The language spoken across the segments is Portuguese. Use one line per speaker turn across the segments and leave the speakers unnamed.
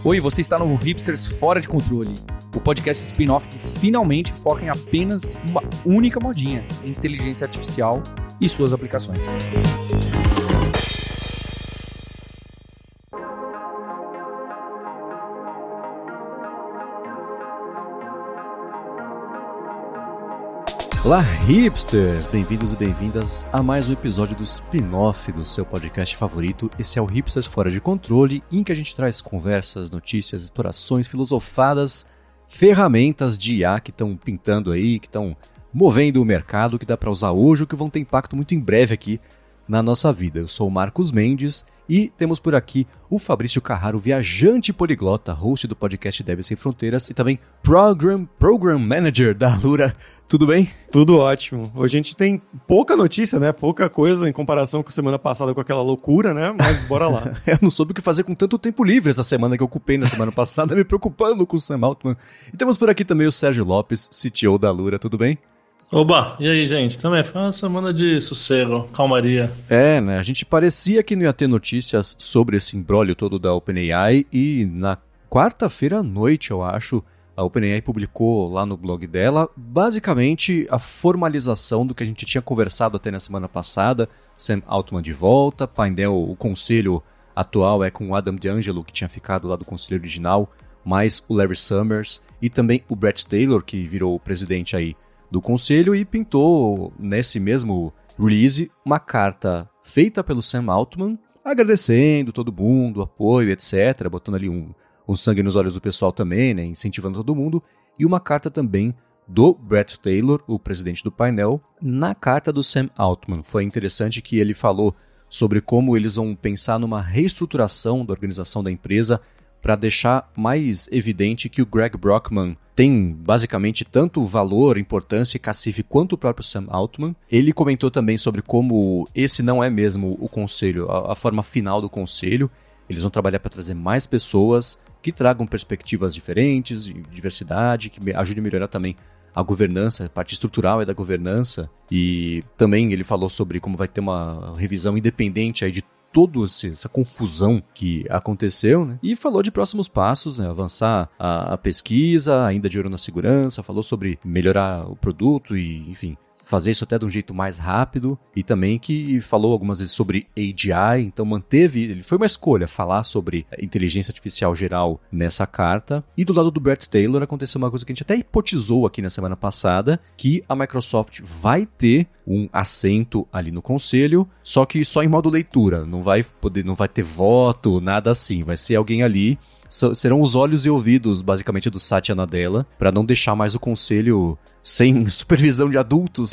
Oi, você está no Hipsters Fora de Controle, o podcast spin-off que finalmente foca em apenas uma única modinha, inteligência artificial e suas aplicações.
Olá, hipsters! Bem-vindos e bem-vindas a mais um episódio do spin-off do seu podcast favorito. Esse é o Hipsters Fora de Controle, em que a gente traz conversas, notícias, explorações, filosofadas, ferramentas de IA que estão pintando aí, que estão movendo o mercado, que dá para usar hoje, ou que vão ter impacto muito em breve aqui na nossa vida. Eu sou o Marcos Mendes e temos por aqui o Fabrício Carraro, viajante poliglota, host do podcast Devs Sem Fronteiras e também Program Manager da Alura. Tudo bem?
Tudo ótimo. Hoje a gente tem pouca notícia, né? Pouca coisa em comparação com a semana passada com aquela loucura, né? Mas bora lá.
Eu não soube o que fazer com tanto tempo livre essa semana que eu ocupei na semana passada, me preocupando com o Sam Altman. E temos por aqui também o Sérgio Lopes, CTO da Alura. Tudo bem?
Oba, e aí, gente? Também foi uma semana de sossego, calmaria.
É, né? A gente parecia que não ia ter notícias sobre esse imbróglio todo da OpenAI e na quarta-feira à noite, eu acho, a OpenAI publicou lá no blog dela, basicamente, a formalização do que a gente tinha conversado até na semana passada. Sam Altman de volta, painel, o conselho atual é com o Adam D'Angelo, que tinha ficado lá do conselho original, mais o Larry Summers e também o Bret Taylor, que virou o presidente aí do conselho e pintou nesse mesmo release uma carta feita pelo Sam Altman, agradecendo todo mundo, apoio, etc., botando ali um sangue nos olhos do pessoal também, né, incentivando todo mundo, e uma carta também do Bret Taylor, o presidente do painel, na carta do Sam Altman. Foi interessante que ele falou sobre como eles vão pensar numa reestruturação da organização da empresa para deixar mais evidente que o Greg Brockman tem basicamente tanto valor, importância e cacife quanto o próprio Sam Altman. Ele comentou também sobre como esse não é mesmo o conselho, a forma final do conselho. Eles vão trabalhar para trazer mais pessoas que tragam perspectivas diferentes, diversidade, que ajudem a melhorar também a governança, a parte estrutural da governança. E também ele falou sobre como vai ter uma revisão independente aí de toda essa confusão que aconteceu, né? E falou de próximos passos, né? Avançar a pesquisa, ainda de olho na segurança, falou sobre melhorar o produto e, enfim, fazer isso até de um jeito mais rápido, e também que falou algumas vezes sobre AGI, então manteve, foi uma escolha falar sobre inteligência artificial geral nessa carta. E do lado do Bret Taylor aconteceu uma coisa que a gente até hipotizou aqui na semana passada, que a Microsoft vai ter um assento ali no conselho, só que só em modo leitura, não vai ter voto, nada assim, vai ser alguém ali. Serão os olhos e ouvidos, basicamente, do Satya Nadella, para não deixar mais o conselho sem supervisão de adultos.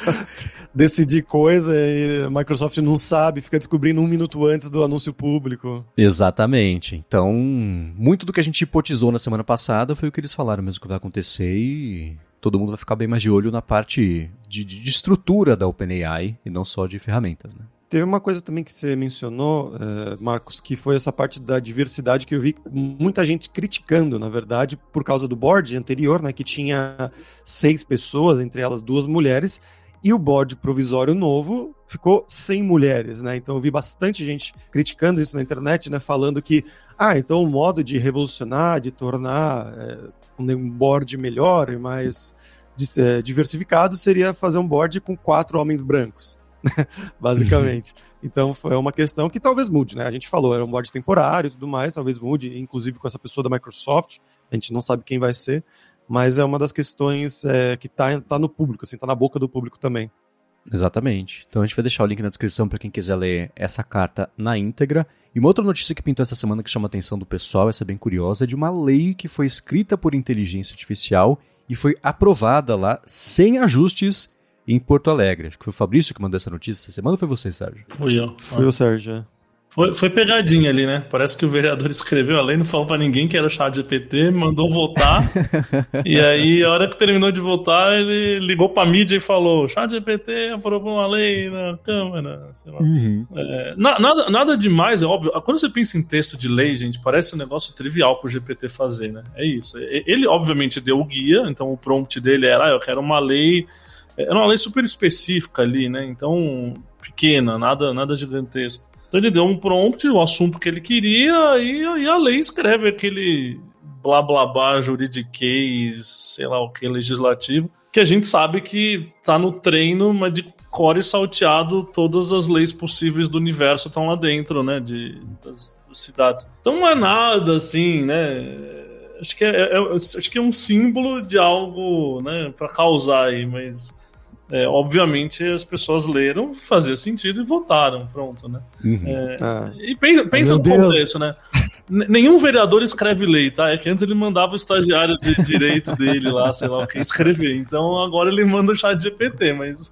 Decidir coisa e a Microsoft não sabe, fica descobrindo 1 minuto antes do anúncio público.
Exatamente. Então, muito do que a gente hipotizou na semana passada foi o que eles falaram mesmo que vai acontecer e todo mundo vai ficar bem mais de olho na parte de estrutura da OpenAI e não só de ferramentas, né?
Teve uma coisa também que você mencionou, Marcos, que foi essa parte da diversidade que eu vi muita gente criticando, na verdade, por causa do board anterior, né, que tinha 6 pessoas, entre elas 2 mulheres, e o board provisório novo ficou sem mulheres, né? Então eu vi bastante gente criticando isso na internet, né, falando que, então o modo de revolucionar, de tornar um board melhor e mais diversificado seria fazer um board com 4 homens brancos. Basicamente. Então foi uma questão que talvez mude, né? A gente falou, era um board temporário e tudo mais, talvez mude, inclusive com essa pessoa da Microsoft, a gente não sabe quem vai ser, mas é uma das questões que tá no público, assim, tá na boca do público também.
Exatamente. Então a gente vai deixar o link na descrição para quem quiser ler essa carta na íntegra. E uma outra notícia que pintou essa semana que chama a atenção do pessoal, essa é bem curiosa, é de uma lei que foi escrita por inteligência artificial e foi aprovada lá sem ajustes em Porto Alegre. Acho que foi o Fabrício que mandou essa notícia essa semana ou foi você, Sérgio?
Fui eu.
Foi o Sérgio,
Foi pegadinha ali, né? Parece que o vereador escreveu a lei, não falou pra ninguém que era o ChatGPT, mandou votar. E aí, a hora que terminou de votar, ele ligou pra mídia e falou: ChatGPT aprovou uma lei na Câmara. Sei lá.
Uhum.
Nada demais, é óbvio. Quando você pensa em texto de lei, gente, parece um negócio trivial pro GPT fazer, né? É isso. Ele, obviamente, deu o guia, então o prompt dele era: eu quero uma lei. Era uma lei super específica ali, né? Então, pequena, nada gigantesco. Então ele deu um prompt, o assunto que ele queria, e a lei escreve aquele blá blá blá juridiquês, sei lá o que, legislativo, que a gente sabe que tá no treino, mas de core salteado, todas as leis possíveis do universo estão lá dentro, né, das cidades. Então não é nada assim, né, acho que é um símbolo de algo, né, pra causar aí, mas obviamente as pessoas leram, fazia sentido e votaram, pronto, né. E pensa no contexto, né. Nenhum vereador escreve lei, tá? É que antes ele mandava o estagiário de direito dele lá, sei lá o que, escrever. Então agora ele manda o ChatGPT, mas...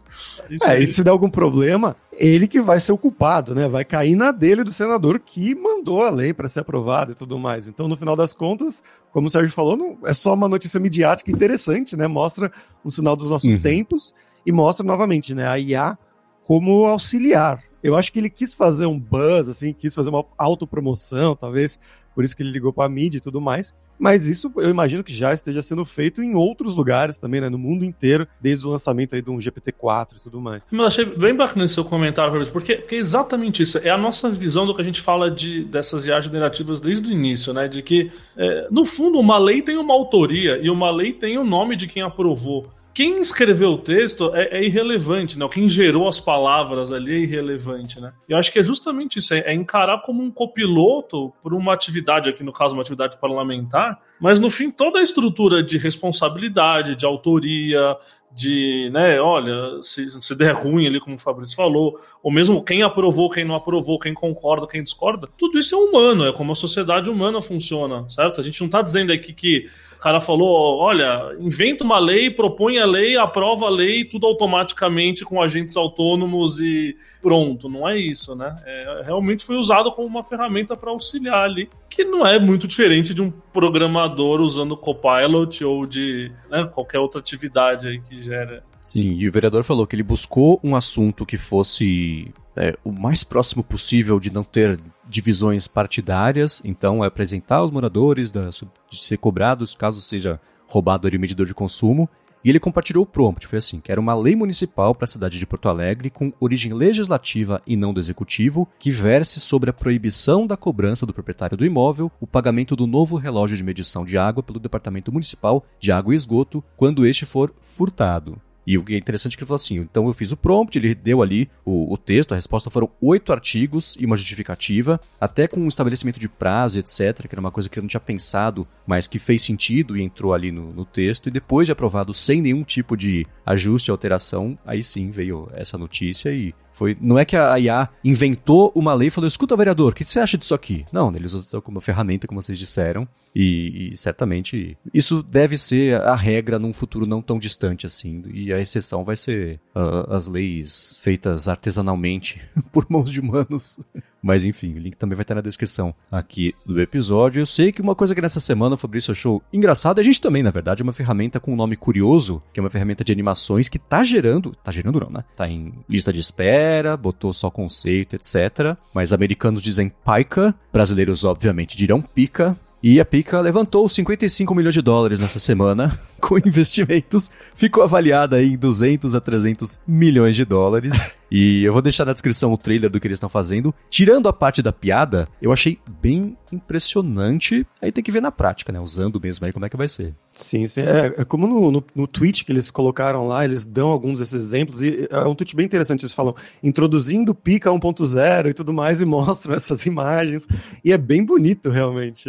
E se der algum problema, ele que vai ser o culpado, né? Vai cair na dele do senador que mandou a lei para ser aprovada e tudo mais. Então, no final das contas, como o Sérgio falou, não é só uma notícia midiática interessante, né? Mostra um sinal dos nossos tempos e mostra novamente, né, a IA como auxiliar. Eu acho que ele quis fazer um buzz, assim, quis fazer uma autopromoção, talvez, por isso que ele ligou para a mídia e tudo mais, mas isso eu imagino que já esteja sendo feito em outros lugares também, né, no mundo inteiro, desde o lançamento aí de um GPT-4 e tudo mais.
Mas achei bem bacana esse seu comentário, porque é exatamente isso, é a nossa visão do que a gente fala dessas IA generativas desde o início, né, de que, no fundo, uma lei tem uma autoria e uma lei tem o nome de quem aprovou. Quem escreveu o texto é irrelevante, né? Quem gerou as palavras ali é irrelevante, né? Eu acho que é justamente isso, é encarar como um copiloto por uma atividade, aqui no caso uma atividade parlamentar, mas no fim toda a estrutura de responsabilidade, de autoria, de, né, olha, se der ruim ali, como o Fabrício falou, ou mesmo quem aprovou, quem não aprovou, quem concorda, quem discorda, tudo isso é humano, é como a sociedade humana funciona, certo? A gente não tá dizendo aqui que o cara falou, olha, inventa uma lei, propõe a lei, aprova a lei, tudo automaticamente com agentes autônomos e pronto, não é isso, né? Realmente foi usado como uma ferramenta para auxiliar ali, que não é muito diferente de um programador usando Copilot ou de, né, qualquer outra atividade aí que gera.
Sim, e o vereador falou que ele buscou um assunto que fosse o mais próximo possível de não ter divisões partidárias, então apresentar aos moradores de ser cobrados caso seja roubado ali o medidor de consumo, e ele compartilhou o prompt, foi assim, que era uma lei municipal para a cidade de Porto Alegre com origem legislativa e não do executivo, que verse sobre a proibição da cobrança do proprietário do imóvel, o pagamento do novo relógio de medição de água pelo Departamento Municipal de Água e Esgoto, quando este for furtado. E o que é interessante é que ele falou assim, então eu fiz o prompt, ele deu ali o texto, a resposta foram 8 artigos e uma justificativa, até com um estabelecimento de prazo, etc., que era uma coisa que eu não tinha pensado, mas que fez sentido e entrou ali no texto, e depois de aprovado sem nenhum tipo de ajuste, alteração, aí sim veio essa notícia e não é que a IA inventou uma lei e falou, escuta, vereador, o que você acha disso aqui? Não, eles usam como uma ferramenta, como vocês disseram, e certamente isso deve ser a regra num futuro não tão distante assim, e a exceção vai ser as leis feitas artesanalmente por mãos de humanos. Mas enfim, o link também vai estar na descrição aqui do episódio. Eu sei que uma coisa que nessa semana o Fabrício achou engraçado, a gente também, na verdade, é uma ferramenta com um nome curioso, que é uma ferramenta de animações que tá gerando não, né? Tá em lista de espera, botou só conceito, etc. Mas americanos dizem Pika, brasileiros obviamente dirão Pika. E a Pika levantou 55 milhões de dólares nessa semana com investimentos. Ficou avaliada aí em 200 a 300 milhões de dólares. E eu vou deixar na descrição o trailer do que eles estão fazendo. Tirando a parte da piada, eu achei bem impressionante. Aí tem que ver na prática, né? Usando mesmo aí como é que vai ser.
Sim, sim. É como no tweet que eles colocaram lá, eles dão alguns desses exemplos. E é um tweet bem interessante. Eles falam, introduzindo Pika 1.0 e tudo mais, e mostram essas imagens. E é bem bonito, realmente.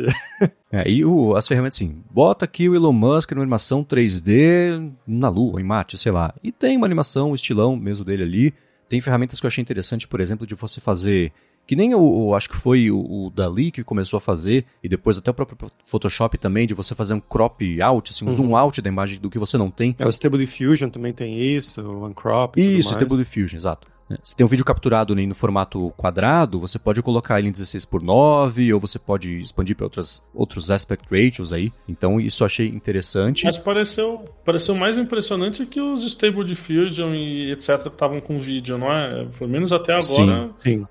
E as ferramentas assim, bota aqui o Elon Musk numa animação 3D na Lua, em Marte, sei lá. E tem uma animação, estilão mesmo dele ali. Tem ferramentas que eu achei interessante, por exemplo, de você fazer, que nem acho que foi o Dali que começou a fazer, e depois até o próprio Photoshop também, de você fazer um crop out, assim, um zoom out da imagem do que você não tem.
O Stable Diffusion também tem isso, o Uncrop.
Isso, Stable Diffusion, exato. Você tem um vídeo capturado no formato quadrado, você pode colocar ele em 16:9, ou você pode expandir para outros aspect ratios aí. Então isso eu achei interessante.
Mas pareceu mais impressionante que os Stable Diffusion e etc. que estavam com vídeo, não é? Pelo menos até agora.
Sim.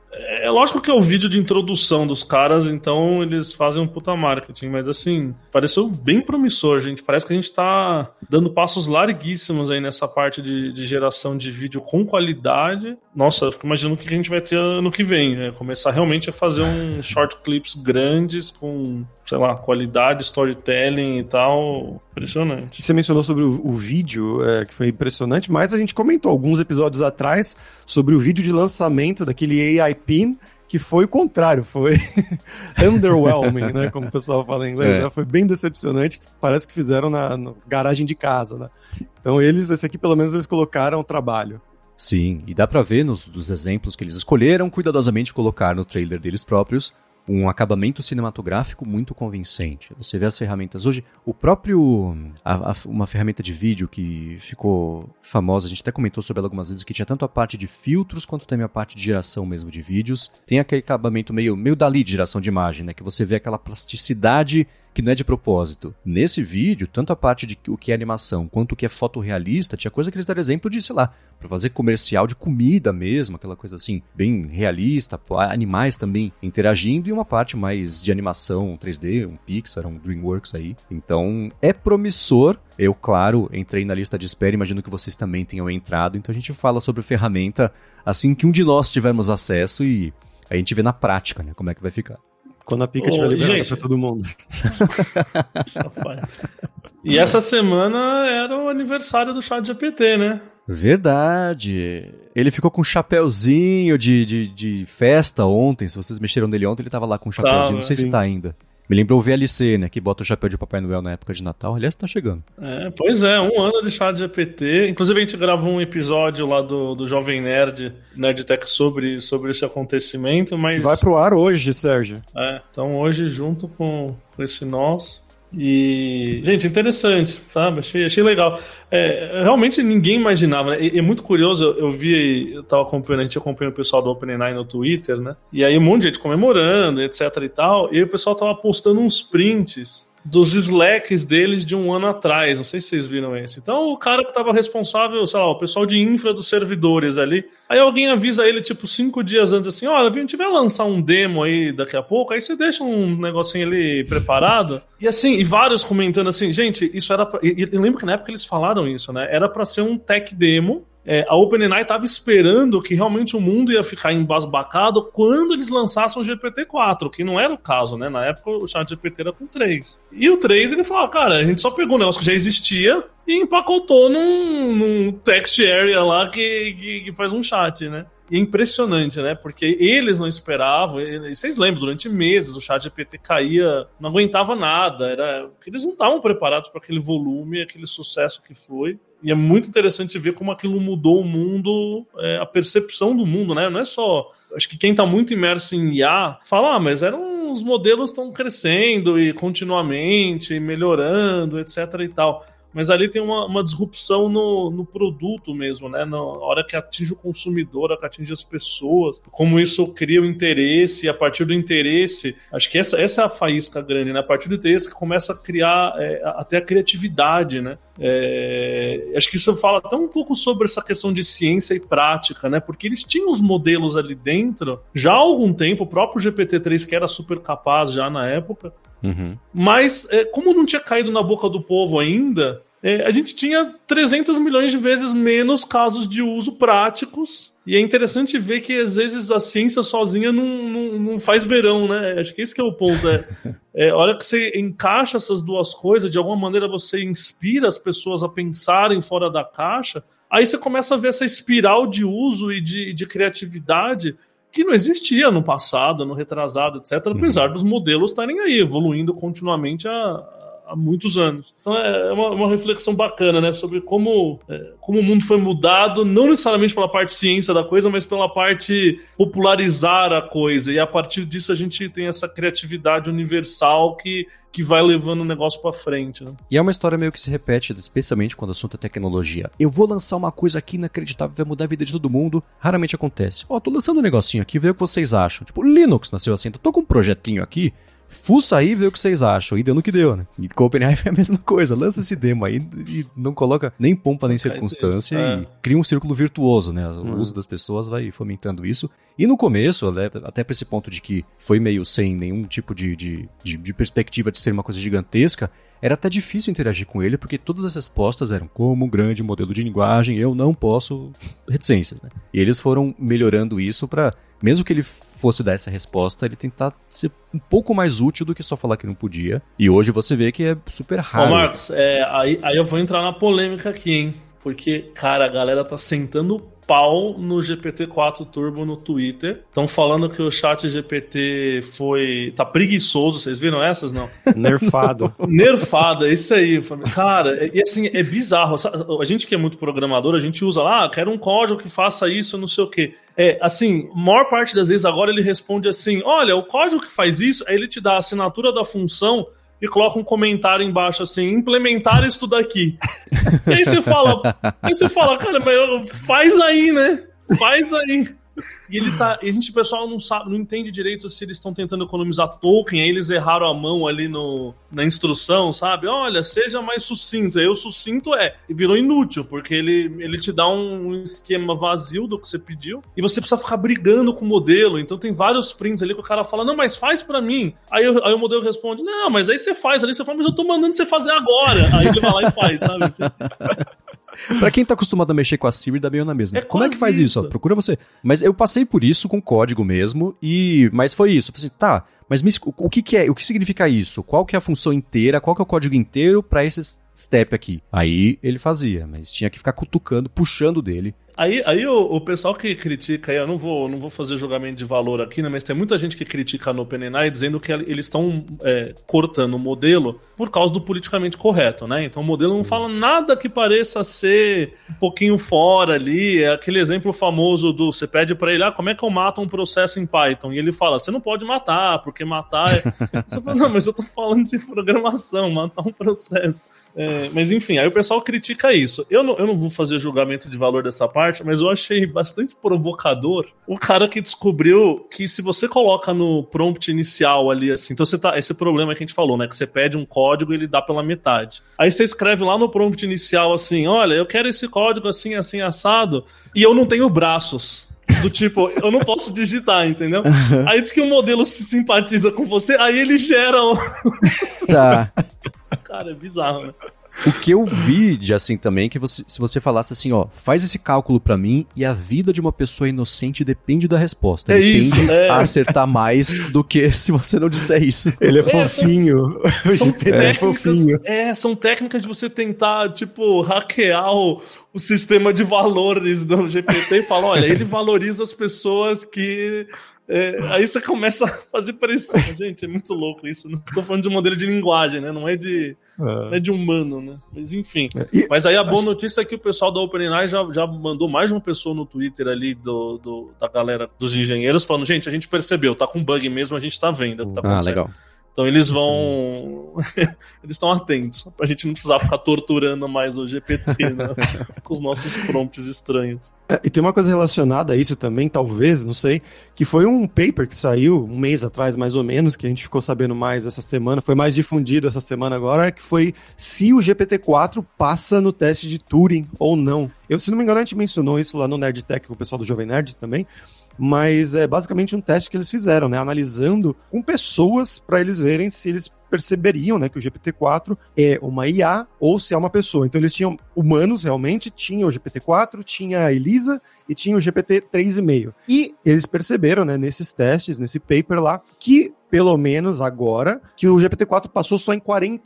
É lógico que é o vídeo de introdução dos caras, então eles fazem um puta marketing, mas assim, pareceu bem promissor, gente. Parece que a gente tá dando passos larguíssimos aí nessa parte de geração de vídeo com qualidade. Nossa, eu fico imaginando o que a gente vai ter ano que vem, né? Começar realmente a fazer uns short clips grandes com, sei lá, qualidade, storytelling e tal. Impressionante.
Você mencionou sobre o vídeo, que foi impressionante, mas a gente comentou alguns episódios atrás sobre o vídeo de lançamento daquele AI Pin, que foi o contrário, foi underwhelming, né, como o pessoal fala em inglês, né? Foi bem decepcionante, parece que fizeram na garagem de casa, né? Então esse aqui pelo menos eles colocaram o trabalho.
Sim, e dá pra ver dos exemplos que eles escolheram, cuidadosamente colocar no trailer deles próprios, um acabamento cinematográfico muito convincente. Você vê as ferramentas hoje, o próprio... uma ferramenta de vídeo que ficou famosa, a gente até comentou sobre ela algumas vezes, que tinha tanto a parte de filtros quanto também a parte de geração mesmo de vídeos. Tem aquele acabamento meio dali de geração de imagem, né? Que você vê aquela plasticidade que não é de propósito. Nesse vídeo, tanto a parte de o que é animação quanto o que é fotorrealista, tinha coisa que eles deram exemplo de, sei lá, pra fazer comercial de comida mesmo, aquela coisa assim, bem realista, animais também interagindo, e uma parte mais de animação 3D, um Pixar, um DreamWorks aí. Então, é promissor. Eu, claro, entrei na lista de espera, imagino que vocês também tenham entrado, então a gente fala sobre ferramenta assim que um de nós tivermos acesso e a gente vê na prática, né, como é que vai ficar.
Quando a Pica estiver liberada pra todo mundo.
E essa semana era o aniversário do ChatGPT, né?
Verdade. Ele ficou com um chapéuzinho de festa ontem. Se vocês mexeram nele ontem, ele tava lá com um chapéuzinho. Não sei se tá ainda. Me lembrou o VLC, né? Que bota o chapéu de Papai Noel na época de Natal. Aliás, tá chegando.
Pois é, 1 ano de ChatGPT. Inclusive, a gente gravou um episódio lá do Jovem Nerdtech sobre esse acontecimento, mas...
Vai pro ar hoje, Sérgio.
Então hoje, junto com esse nosso... E, gente, interessante, sabe? Achei legal. Realmente ninguém imaginava, né? É muito curioso, eu tava acompanhando, a gente acompanha o pessoal do OpenAI no Twitter, né? E aí um monte de gente comemorando, etc e tal, e aí o pessoal tava postando uns prints dos Slacks deles de 1 ano atrás, não sei se vocês viram esse. Então o cara que estava responsável, sei lá, o pessoal de infra dos servidores ali, aí alguém avisa ele, tipo, 5 dias antes, assim, olha, a gente vai lançar um demo aí daqui a pouco, aí você deixa um negocinho ali preparado, e assim, e vários comentando assim, gente, isso era pra... E lembro que na época eles falaram isso, né, era pra ser um tech demo. A OpenAI estava esperando que realmente o mundo ia ficar embasbacado quando eles lançassem o GPT-4, que não era o caso, né? Na época o ChatGPT era com 3. E o 3 ele falou, cara, a gente só pegou um negócio que já existia e empacotou num text area lá que faz um chat, né? E é impressionante, né? Porque eles não esperavam, vocês lembram, durante meses o ChatGPT caía, não aguentava nada, eles não estavam preparados para aquele volume, aquele sucesso que foi. E é muito interessante ver como aquilo mudou o mundo, a percepção do mundo, né? Não é só... Acho que quem está muito imerso em IA fala, mas os modelos estão crescendo e continuamente melhorando, etc e tal. Mas ali tem uma disrupção no produto mesmo, né? Na hora que atinge o consumidor, a hora que atinge as pessoas, como isso cria o interesse, e a partir do interesse, acho que essa é a faísca grande, né? A partir do interesse que começa a criar até a criatividade, né? Acho que isso fala até um pouco sobre essa questão de ciência e prática, né? Porque eles tinham os modelos ali dentro já há algum tempo, o próprio GPT-3 que era super capaz já na época, mas como não tinha caído na boca do povo ainda, a gente tinha 300 milhões de vezes menos casos de uso práticos. E é interessante ver que às vezes a ciência sozinha não faz verão, né? Acho que esse que é o ponto. A hora que você encaixa essas duas coisas, de alguma maneira você inspira as pessoas a pensarem fora da caixa, aí você começa a ver essa espiral de uso e de criatividade que não existia no passado, no retrasado, etc., apesar dos modelos estarem aí, evoluindo continuamente há muitos anos. Então é uma reflexão bacana, né, sobre como o mundo foi mudado, não necessariamente pela parte ciência da coisa, mas pela parte popularizar a coisa, e a partir disso a gente tem essa criatividade universal que vai levando o negócio pra frente, né?
E é uma história meio que se repete, especialmente quando o assunto é tecnologia. Eu vou lançar uma coisa aqui inacreditável, vai mudar a vida de todo mundo. Raramente acontece. Tô lançando um negocinho aqui, vê o que vocês acham. Tipo, Linux nasceu assim, tô com um projetinho aqui, fuça aí e vê o que vocês acham. E deu no que deu, né? E com o OpenAI foi a mesma coisa. Lança esse demo aí e não coloca nem pompa nem circunstância e cria um círculo virtuoso, né? O uso das pessoas vai fomentando isso. E no começo, até pra esse ponto de que foi meio sem nenhum tipo de perspectiva de ser uma coisa gigantesca, era até difícil interagir com ele, porque todas as respostas eram como um grande modelo de linguagem, eu não posso... reticências, né? E eles foram melhorando isso pra, mesmo que ele fosse dar essa resposta, ele tentar ser um pouco mais útil do que só falar que não podia. E hoje você vê que é super raro.
Ô Marcos, aí eu vou entrar na polêmica aqui, hein? Porque, cara, a galera tá sentando pau no GPT-4 Turbo no Twitter. Estão falando que o chat GPT tá preguiçoso. Vocês viram essas, não?
Nerfado.
Nerfado, é isso aí. Cara, e assim, é bizarro. A gente que é muito programador, a gente usa lá, quero um código que faça isso, não sei o quê. Assim, a maior parte das vezes agora ele responde assim, olha, o código que faz isso, aí ele te dá a assinatura da função e coloca um comentário embaixo assim, implementar isso daqui. E aí você fala, cara, mas faz aí, né? Faz aí. E o pessoal não sabe, não entende direito se eles estão tentando economizar token, aí eles erraram a mão ali na instrução, sabe? Olha, seja mais sucinto. Aí o sucinto virou inútil, porque ele te dá um esquema vazio do que você pediu, e você precisa ficar brigando com o modelo. Então tem vários prints ali que o cara fala, não, mas faz pra mim. Aí o modelo responde, não, mas aí você faz ali, você fala, mas eu tô mandando você fazer agora. Aí ele vai lá e faz, sabe?
Pra quem tá acostumado a mexer com a Siri, dá meio na mesma. Como é que faz isso? Procura você. Mas eu passei por isso com código mesmo, mas foi isso. Eu falei assim, tá, mas o que é? O que significa isso? Qual que é a função inteira? Qual que é o código inteiro pra esse step aqui? Aí ele fazia, mas tinha que ficar cutucando, puxando dele.
Aí o pessoal que critica, eu não vou fazer julgamento de valor aqui, né, mas tem muita gente que critica no OpenAI dizendo que eles estão cortando o modelo por causa do politicamente correto, né? Então o modelo não fala nada que pareça ser um pouquinho fora ali. É aquele exemplo famoso você pede pra ele, como é que eu mato um processo em Python? E ele fala, você não pode matar, porque matar Você fala, não, mas eu tô falando de programação, matar um processo. Mas enfim, aí o pessoal critica isso. Eu não vou fazer julgamento de valor dessa parte, mas eu achei bastante provocador o cara que descobriu que se você coloca no prompt inicial ali, assim, então esse problema que a gente falou, né, que você pede um código e ele dá pela metade. Aí você escreve lá no prompt inicial assim, olha, eu quero esse código assim, assim, assado, e eu não tenho braços. Do tipo, eu não posso digitar, entendeu? Aí diz que o modelo se simpatiza com você, aí ele gera
Tá.
Cara, é bizarro, né?
O que eu vi de assim também, que se você falasse assim, faz esse cálculo pra mim e a vida de uma pessoa inocente depende da resposta. Ele tende a acertar mais do que se você não disser isso.
Ele é fofinho. O GPT é fofinho.
São técnicas de você tentar, tipo, hackear o sistema de valores do GPT e falar, olha, ele valoriza as pessoas que... aí você começa a fazer pressão. Gente, é muito louco isso. Não estou falando de modelo de linguagem, né? Não é de humano, né? Mas enfim. Mas aí a boa notícia é que o pessoal da OpenAI já mandou mais de uma pessoa no Twitter ali da galera dos engenheiros falando, gente, a gente percebeu, tá com bug mesmo, a gente tá vendo o que tá acontecendo.
Legal.
Então eles vão... eles estão atentos, pra gente não precisar ficar torturando mais o GPT, né? Com os nossos prompts estranhos.
E tem uma coisa relacionada a isso também, talvez, não sei, que foi um paper que saiu um mês atrás, mais ou menos, que a gente ficou sabendo mais essa semana, foi mais difundido essa semana agora, que foi se o GPT-4 passa no teste de Turing ou não. Se não me engano, a gente mencionou isso lá no Nerdtech com o pessoal do Jovem Nerd também, mas é basicamente um teste que eles fizeram, né, analisando com pessoas para eles verem se eles perceberiam, né, que o GPT-4 é uma IA ou se é uma pessoa. Então eles tinham humanos realmente, tinha o GPT-4, tinha a Elisa e tinha o GPT 3,5. E eles perceberam, né, nesses testes, nesse paper lá, que pelo menos agora, que o GPT-4 passou só em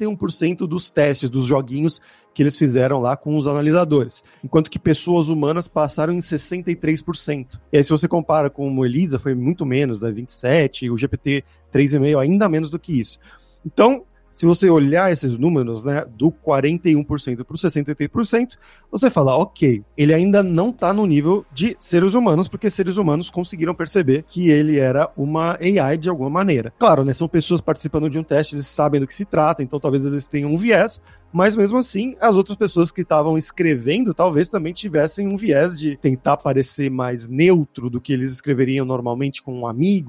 41% dos testes, dos joguinhos que eles fizeram lá com os analisadores, enquanto que pessoas humanas passaram em 63%. E aí se você compara com o Elisa, foi muito menos, né, 27%, e o GPT 3,5 ainda menos do que isso. Então, se você olhar esses números, né, do 41% para o 63%, você fala, ok, ele ainda não está no nível de seres humanos, porque seres humanos conseguiram perceber que ele era uma AI de alguma maneira. Claro, né, são pessoas participando de um teste, eles sabem do que se trata, então talvez eles tenham um viés, mas mesmo assim, as outras pessoas que estavam escrevendo talvez também tivessem um viés de tentar parecer mais neutro do que eles escreveriam normalmente com um amigo.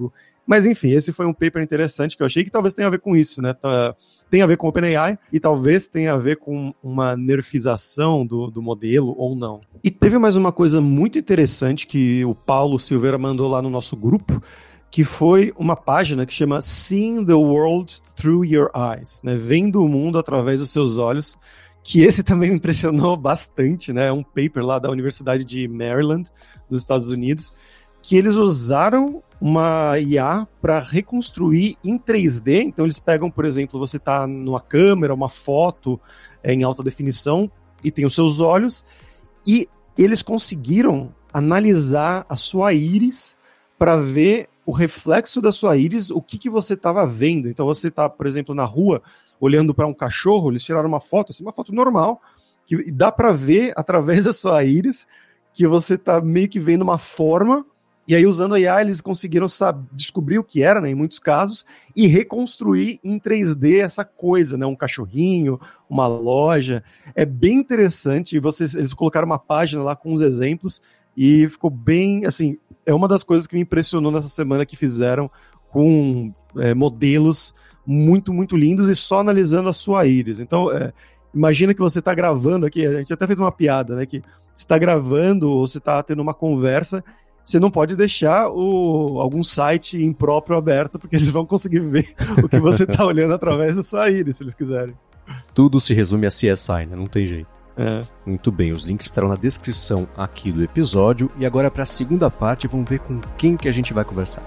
Mas enfim, esse foi um paper interessante que eu achei que talvez tenha a ver com isso, né? Tem a ver com o OpenAI e talvez tenha a ver com uma nerfização do modelo ou não. E teve mais uma coisa muito interessante que o Paulo Silveira mandou lá no nosso grupo, que foi uma página que chama Seeing the World Through Your Eyes, né? Vendo o mundo através dos seus olhos, que esse também me impressionou bastante, né? É um paper lá da Universidade de Maryland, nos Estados Unidos, que eles usaram uma IA para reconstruir em 3D. Então eles pegam, por exemplo, você está numa câmera, uma foto em alta definição e tem os seus olhos, e eles conseguiram analisar a sua íris para ver o reflexo da sua íris, o que você estava vendo. Então você está, por exemplo, na rua, olhando para um cachorro, eles tiraram uma foto, assim, uma foto normal, que dá para ver através da sua íris que você está meio que vendo uma forma, e aí usando a IA eles conseguiram descobrir o que era, né, em muitos casos, e reconstruir em 3D essa coisa, né, um cachorrinho, uma loja. É bem interessante, eles colocaram uma página lá com uns exemplos, e ficou bem, assim, é uma das coisas que me impressionou nessa semana que fizeram com modelos muito, muito lindos e só analisando a sua íris. Então, imagina que você está gravando aqui, a gente até fez uma piada, né, que você está gravando ou você está tendo uma conversa, você não pode deixar algum site impróprio aberto, porque eles vão conseguir ver o que você está olhando através da sua íris, se eles quiserem.
Tudo se resume a CSI, né? Não tem jeito.
Muito
bem, os links estarão na descrição aqui do episódio. E agora para a segunda parte, vamos ver com quem que a gente vai conversar.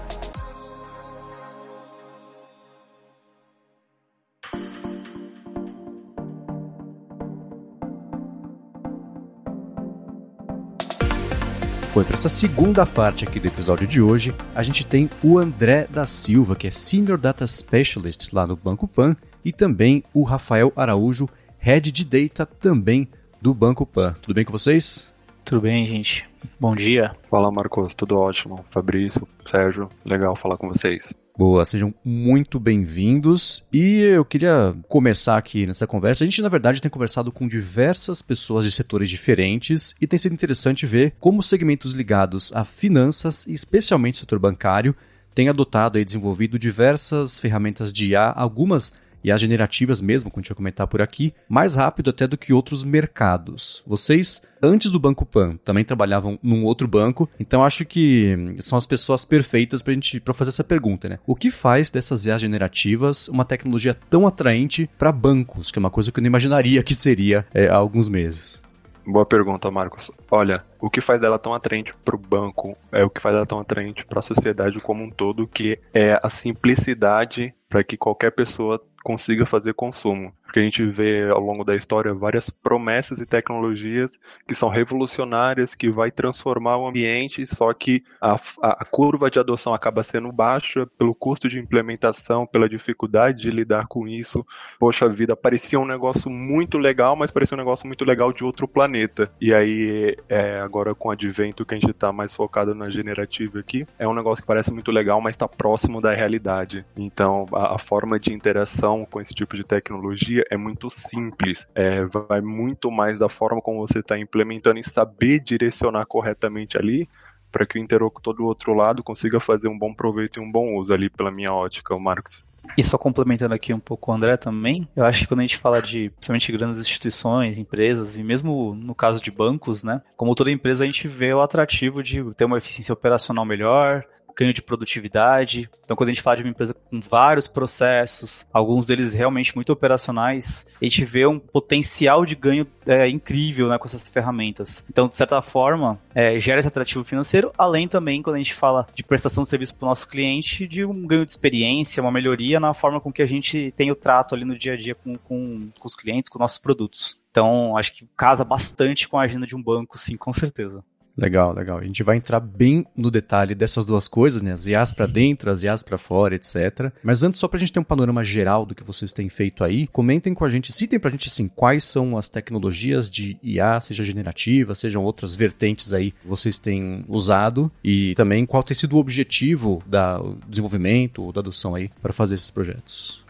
Bom, para essa segunda parte aqui do episódio de hoje, a gente tem o André da Silva, que é Senior Data Specialist lá no Banco Pan, e também o Rafael Araújo, Head de Data também do Banco Pan. Tudo bem com vocês?
Tudo bem, gente. Bom dia.
Fala, Marcos. Tudo ótimo. Fabrício, Sérgio, legal falar com vocês.
Boa, sejam muito bem-vindos. E eu queria começar aqui nessa conversa. A gente, na verdade, tem conversado com diversas pessoas de setores diferentes e tem sido interessante ver como segmentos ligados a finanças, e especialmente o setor bancário, têm adotado e desenvolvido diversas ferramentas de IA, algumas e as generativas mesmo, como a gente vai comentar por aqui, mais rápido até do que outros mercados. Vocês, antes do Banco Pan, também trabalhavam num outro banco, então acho que são as pessoas perfeitas para fazer essa pergunta, né? O que faz dessas IAs generativas uma tecnologia tão atraente para bancos, que é uma coisa que eu não imaginaria que seria há alguns meses?
Boa pergunta, Marcos. Olha, o que faz dela tão atraente para o banco é o que faz dela tão atraente para a sociedade como um todo, que é a simplicidade para que qualquer pessoa consiga fazer consumo. Porque a gente vê ao longo da história várias promessas e tecnologias que são revolucionárias, que vai transformar o ambiente, só que a curva de adoção acaba sendo baixa pelo custo de implementação, pela dificuldade de lidar com isso. Poxa vida, parecia um negócio muito legal, mas parecia um negócio muito legal de outro planeta. E aí, agora com o advento que a gente está mais focado na generativa aqui, é um negócio que parece muito legal, mas está próximo da realidade. Então, a forma de interação com esse tipo de tecnologia é muito simples, vai muito mais da forma como você está implementando e saber direcionar corretamente ali para que o interlocutor do outro lado consiga fazer um bom proveito e um bom uso ali, pela minha ótica, Marcos.
E só complementando aqui um pouco o André também, eu acho que quando a gente fala de, principalmente, grandes instituições, empresas, e mesmo no caso de bancos, né, como toda empresa a gente vê o atrativo de ter uma eficiência operacional melhor, ganho de produtividade. Então, quando a gente fala de uma empresa com vários processos, alguns deles realmente muito operacionais, a gente vê um potencial de ganho incrível, né, com essas ferramentas. Então, de certa forma, gera esse atrativo financeiro, além também, quando a gente fala de prestação de serviço para o nosso cliente, de um ganho de experiência, uma melhoria na forma com que a gente tem o trato ali no dia a dia com os clientes, com nossos produtos. Então, acho que casa bastante com a agenda de um banco, sim, com certeza.
Legal, legal. A gente vai entrar bem no detalhe dessas duas coisas, né? As IAs para dentro, as IAs para fora, etc. Mas antes, só para a gente ter um panorama geral do que vocês têm feito aí, comentem com a gente, citem para a gente assim, quais são as tecnologias de IA, seja generativa, sejam outras vertentes aí que vocês têm usado, e também qual tem sido o objetivo do desenvolvimento ou da adoção aí para fazer esses projetos.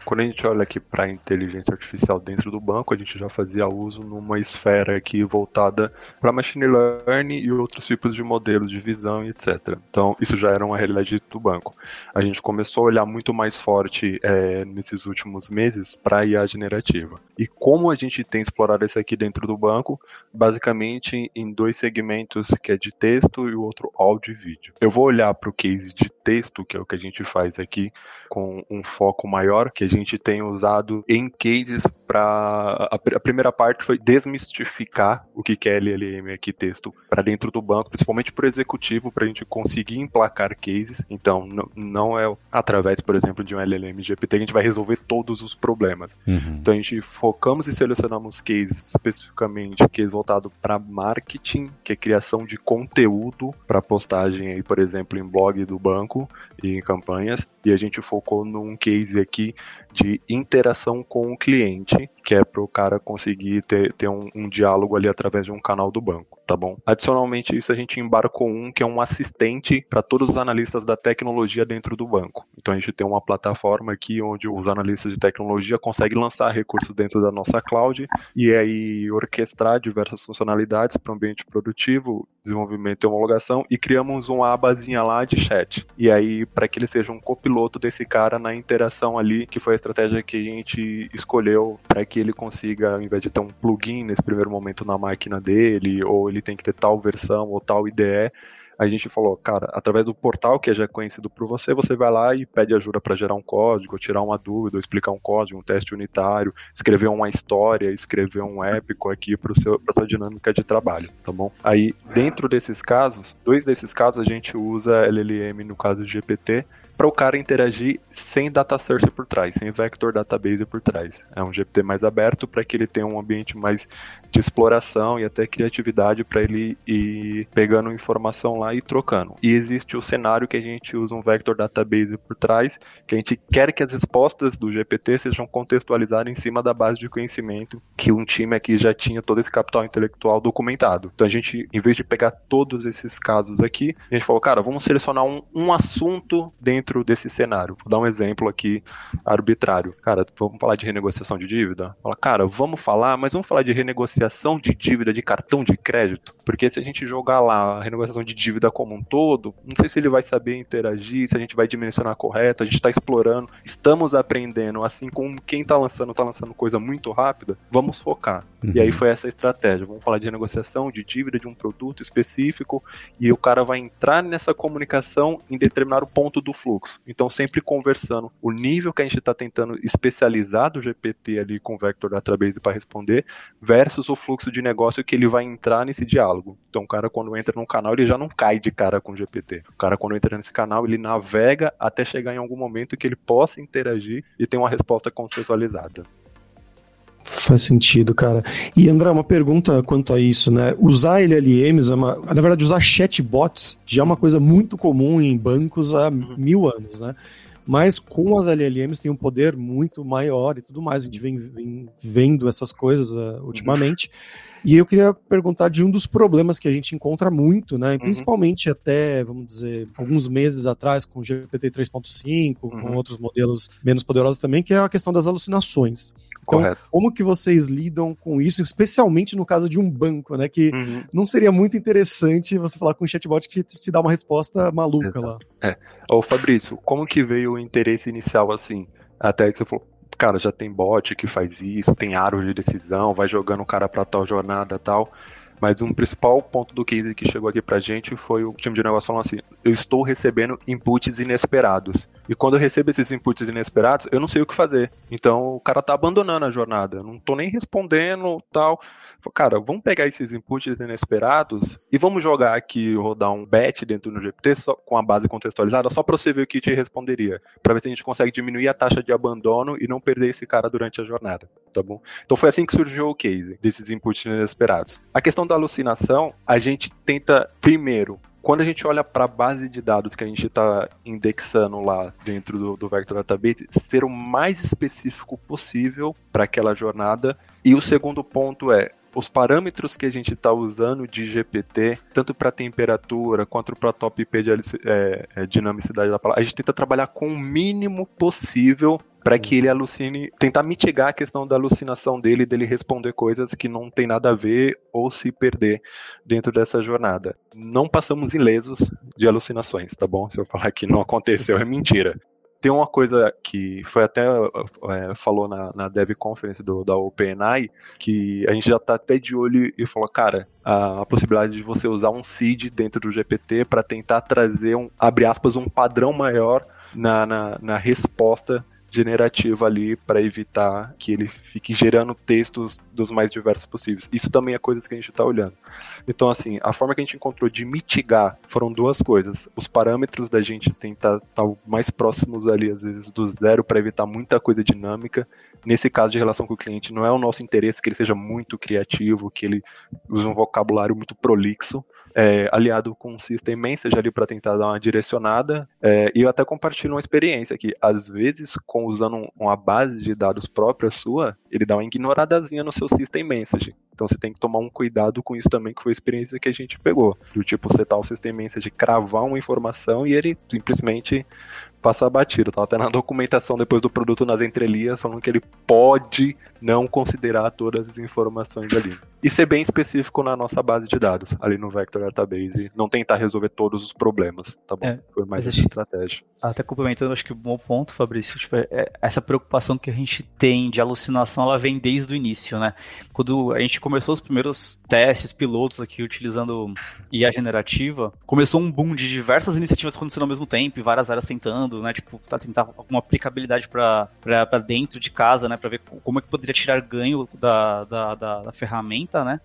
Quando a gente olha aqui para a inteligência artificial dentro do banco, a gente já fazia uso numa esfera aqui voltada para machine learning e outros tipos de modelos de visão e etc. Então, isso já era uma realidade do banco. A gente começou a olhar muito mais forte nesses últimos meses para a IA generativa. E como a gente tem explorado isso aqui dentro do banco, basicamente em 2 segmentos, que é de texto e o outro áudio e vídeo. Eu vou olhar para o case de texto, que é o que a gente faz aqui, com um foco maior, que a gente tem usado em cases para... A primeira parte foi desmistificar o que é LLM aqui, texto, para dentro do banco, principalmente para o executivo, para a gente conseguir emplacar cases. Então, não é através, por exemplo, de um LLM GPT que a gente vai resolver todos os problemas. Então, a gente focamos e selecionamos cases, especificamente case voltado para marketing, que é criação de conteúdo para postagem, aí, por exemplo, em blog do banco e em campanhas. E a gente focou num case aqui de interação com o cliente, que é para o cara conseguir ter um diálogo ali através de um canal do banco, tá bom? Adicionalmente isso, a gente embarcou que é um assistente para todos os analistas da tecnologia dentro do banco. Então a gente tem uma plataforma aqui onde os analistas de tecnologia conseguem lançar recursos dentro da nossa cloud e aí orquestrar diversas funcionalidades para o ambiente produtivo, desenvolvimento e homologação, e criamos uma abazinha lá de chat. E aí, para que ele seja um copiloto desse cara na interação ali, que foi a estratégia que a gente escolheu para que ele consiga, ao invés de ter um plugin nesse primeiro momento na máquina dele, ou ele tem que ter tal versão ou tal IDE, a gente falou, cara, através do portal que é já conhecido por você, você vai lá e pede ajuda para gerar um código, tirar uma dúvida, explicar um código, um teste unitário, escrever uma história, escrever um épico aqui para sua dinâmica de trabalho, tá bom? Aí, dentro desses casos, 2 desses casos a gente usa LLM, no caso de GPT, para o cara interagir sem data source por trás, sem vector database por trás. É um GPT mais aberto para que ele tenha um ambiente mais de exploração e até criatividade para ele ir pegando informação lá e trocando. E existe o cenário que a gente usa um vector database por trás, que a gente quer que as respostas do GPT sejam contextualizadas em cima da base de conhecimento que um time aqui já tinha todo esse capital intelectual documentado. Então a gente, em vez de pegar todos esses casos aqui, a gente falou, cara, vamos selecionar um assunto dentro desse cenário. Vou dar um exemplo aqui arbitrário. Cara, vamos falar de renegociação de dívida? Fala, cara, vamos falar de renegociação de dívida de cartão de crédito, porque se a gente jogar lá a renegociação de dívida como um todo, não sei se ele vai saber interagir, se a gente vai dimensionar correto, a gente está explorando, estamos aprendendo, assim como quem está lançando coisa muito rápida, vamos focar. E aí foi essa estratégia. Vamos falar de renegociação de dívida de um produto específico e o cara vai entrar nessa comunicação em determinado ponto do fluxo. Então, sempre conversando o nível que a gente está tentando especializar do GPT ali com o Vector Database para responder versus o fluxo de negócio que ele vai entrar nesse diálogo. Então, o cara, quando entra num canal, ele já não cai de cara com o GPT. O cara, quando entra nesse canal, ele navega até chegar em algum momento que ele possa interagir e ter uma resposta conceitualizada.
Faz sentido, cara. E, André, uma pergunta quanto a isso, né? Usar LLMs, na verdade, usar chatbots já é uma coisa muito comum em bancos há 1000 anos, né? Mas com as LLMs tem um poder muito maior e tudo mais. A gente vem vendo essas coisas ultimamente. E eu queria perguntar de um dos problemas que a gente encontra muito, né? Principalmente até, vamos dizer, alguns meses atrás com o GPT 3.5, com outros modelos menos poderosos também, que é a questão das alucinações. Então,
correto.
Como que vocês lidam com isso, especialmente no caso de um banco, né? Que não seria muito interessante você falar com um chatbot que te dá uma resposta maluca lá.
Ô Fabrício, como que veio o interesse inicial assim? Até que você falou, cara, já tem bot que faz isso, tem árvore de decisão, vai jogando o cara pra tal jornada e tal. Mas um principal ponto do case que chegou aqui pra gente foi o time de negócio falando assim, eu estou recebendo inputs inesperados. E quando eu recebo esses inputs inesperados, eu não sei o que fazer. Então o cara tá abandonando a jornada, não tô nem respondendo tal. Cara, vamos pegar esses inputs inesperados e vamos jogar aqui, rodar um batch dentro do GPT só, com a base contextualizada, só pra você ver o que te responderia. Pra ver se a gente consegue diminuir a taxa de abandono e não perder esse cara durante a jornada, tá bom? Então foi assim que surgiu o case, desses inputs inesperados. A questão da alucinação, a gente tenta, primeiro, quando a gente olha para a base de dados que a gente está indexando lá dentro do Vector Database, ser o mais específico possível para aquela jornada. E o segundo ponto é, os parâmetros que a gente está usando de GPT, tanto para temperatura quanto para top IP de dinamicidade da palavra, a gente tenta trabalhar com o mínimo possível para que ele alucine, tentar mitigar a questão da alucinação dele responder coisas que não tem nada a ver ou se perder dentro dessa jornada. Não passamos ilesos de alucinações, tá bom? Se eu falar que não aconteceu, é mentira. Tem uma coisa que foi até falou na Dev Conference da OpenAI, que a gente já está até de olho e falou, cara, a possibilidade de você usar um seed dentro do GPT para tentar trazer abre aspas, um padrão maior na resposta generativa ali para evitar que ele fique gerando textos dos mais diversos possíveis. Isso também é coisas que a gente está olhando. Então, assim, a forma que a gente encontrou de mitigar foram duas coisas. Os parâmetros da gente tentar estar mais próximos ali, às vezes, do zero para evitar muita coisa dinâmica. Nesse caso de relação com o cliente, não é o nosso interesse que ele seja muito criativo, que ele use um vocabulário muito prolixo, aliado com um System Message ali para tentar dar uma direcionada. E eu até compartilho uma experiência que, às vezes, usando uma base de dados própria sua, ele dá uma ignoradazinha no seu System Message. Então você tem que tomar um cuidado com isso também, que foi a experiência que a gente pegou. Do tipo, setar o System Message, cravar uma informação e ele simplesmente passar batido. Tava até na documentação depois do produto nas entrelinhas, falando que ele pode não considerar todas as informações ali. E ser bem específico na nossa base de dados, ali no Vector Database, não tentar resolver todos os problemas, tá bom? Foi mais essa estratégia.
Até complementando, acho que um bom ponto, Fabrício, tipo, essa preocupação que a gente tem de alucinação, ela vem desde o início, né? Quando a gente começou os primeiros testes, pilotos aqui, utilizando IA generativa, começou um boom de diversas iniciativas acontecendo ao mesmo tempo, e várias áreas tentando, né? Tipo, tentar alguma aplicabilidade para dentro de casa, né? Para ver como é que poderia tirar ganho da ferramenta, né?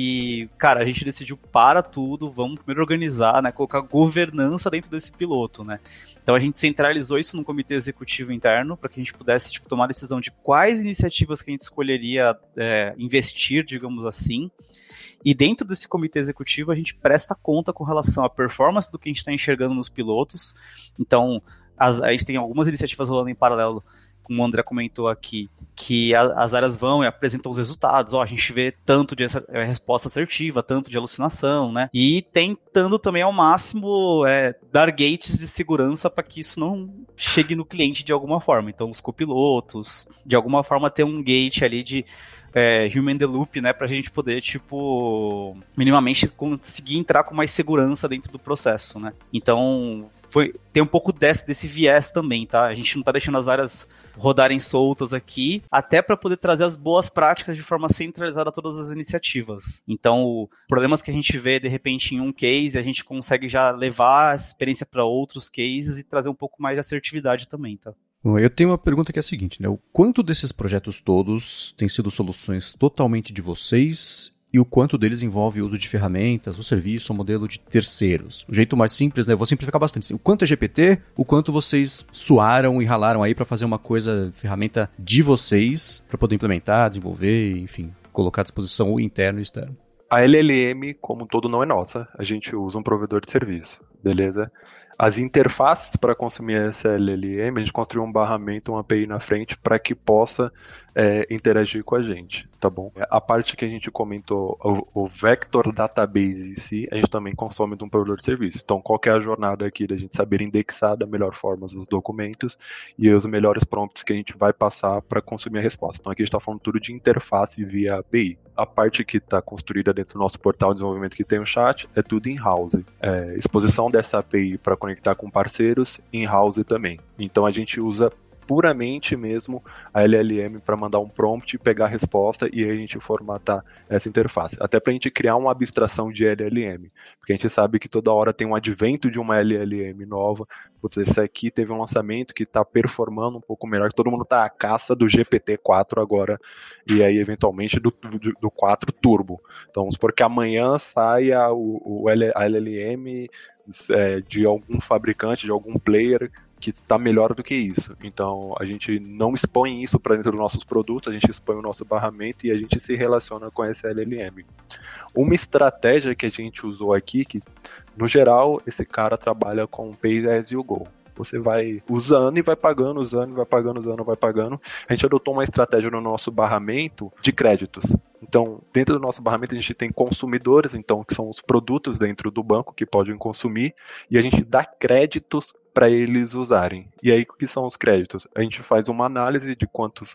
E, cara, a gente decidiu para tudo, vamos primeiro organizar, né? Colocar governança dentro desse piloto, né? Então a gente centralizou isso num comitê executivo interno para que a gente pudesse, tipo, tomar a decisão de quais iniciativas que a gente escolheria investir, digamos assim. E dentro desse comitê executivo a gente presta conta com relação à performance do que a gente está enxergando nos pilotos. Então a gente tem algumas iniciativas rolando em paralelo, como o André comentou aqui, que as áreas vão e apresentam os resultados. A gente vê tanto de resposta assertiva, tanto de alucinação, né? E tentando também ao máximo dar gates de segurança para que isso não chegue no cliente de alguma forma. Então, os copilotos, de alguma forma, ter um gate ali de human in the loop, né? Pra gente poder, tipo, minimamente conseguir entrar com mais segurança dentro do processo, né? Então, tem um pouco desse viés também, tá? A gente não tá deixando as áreas rodarem soltas aqui, até para poder trazer as boas práticas de forma centralizada a todas as iniciativas. Então, problemas que a gente vê, de repente, em um case, a gente consegue já levar essa experiência para outros cases e trazer um pouco mais de assertividade também, tá?
Bom, eu tenho uma pergunta que é a seguinte, né? O quanto desses projetos todos têm sido soluções totalmente de vocês e o quanto deles envolve o uso de ferramentas, o serviço, o modelo de terceiros? O jeito mais simples, né? Eu vou simplificar bastante. O quanto é GPT, o quanto vocês suaram e ralaram aí para fazer uma coisa, ferramenta de vocês, para poder implementar, desenvolver, enfim, colocar à disposição o interno e o externo.
A LLM, como um todo, não é nossa. A gente usa um provedor de serviço, beleza? As interfaces para consumir essa LLM, a gente construiu um barramento, uma API na frente para que possa interagir com a gente, tá bom? A parte que a gente comentou, o Vector Database em si, a gente também consome de um provedor de serviço. Então, qual que é a jornada aqui da gente saber indexar da melhor forma os documentos e os melhores prompts que a gente vai passar para consumir a resposta. Então, aqui a gente está falando tudo de interface via API. A parte que está construída dentro do nosso portal de desenvolvimento que tem o chat é tudo in-house. Exposição dessa API para conectar com parceiros, in-house também. Então, a gente usa puramente mesmo a LLM para mandar um prompt, pegar a resposta e aí a gente formatar essa interface. Até para a gente criar uma abstração de LLM, porque a gente sabe que toda hora tem um advento de uma LLM nova. Putz, esse aqui teve um lançamento que está performando um pouco melhor, que todo mundo está à caça do GPT-4 agora, e aí eventualmente do 4 Turbo. Então vamos supor que amanhã saia a LLM de algum fabricante, de algum player que está melhor do que isso. Então, a gente não expõe isso para dentro dos nossos produtos, a gente expõe o nosso barramento e a gente se relaciona com essa LLM. Uma estratégia que a gente usou aqui, que, no geral, esse cara trabalha com Pay As You Go. Você vai usando e vai pagando, usando e vai pagando, usando e vai pagando. A gente adotou uma estratégia no nosso barramento de créditos. Então, dentro do nosso barramento, a gente tem consumidores, então, que são os produtos dentro do banco que podem consumir, e a gente dá créditos para eles usarem. E aí, o que são os créditos? A gente faz uma análise de quantas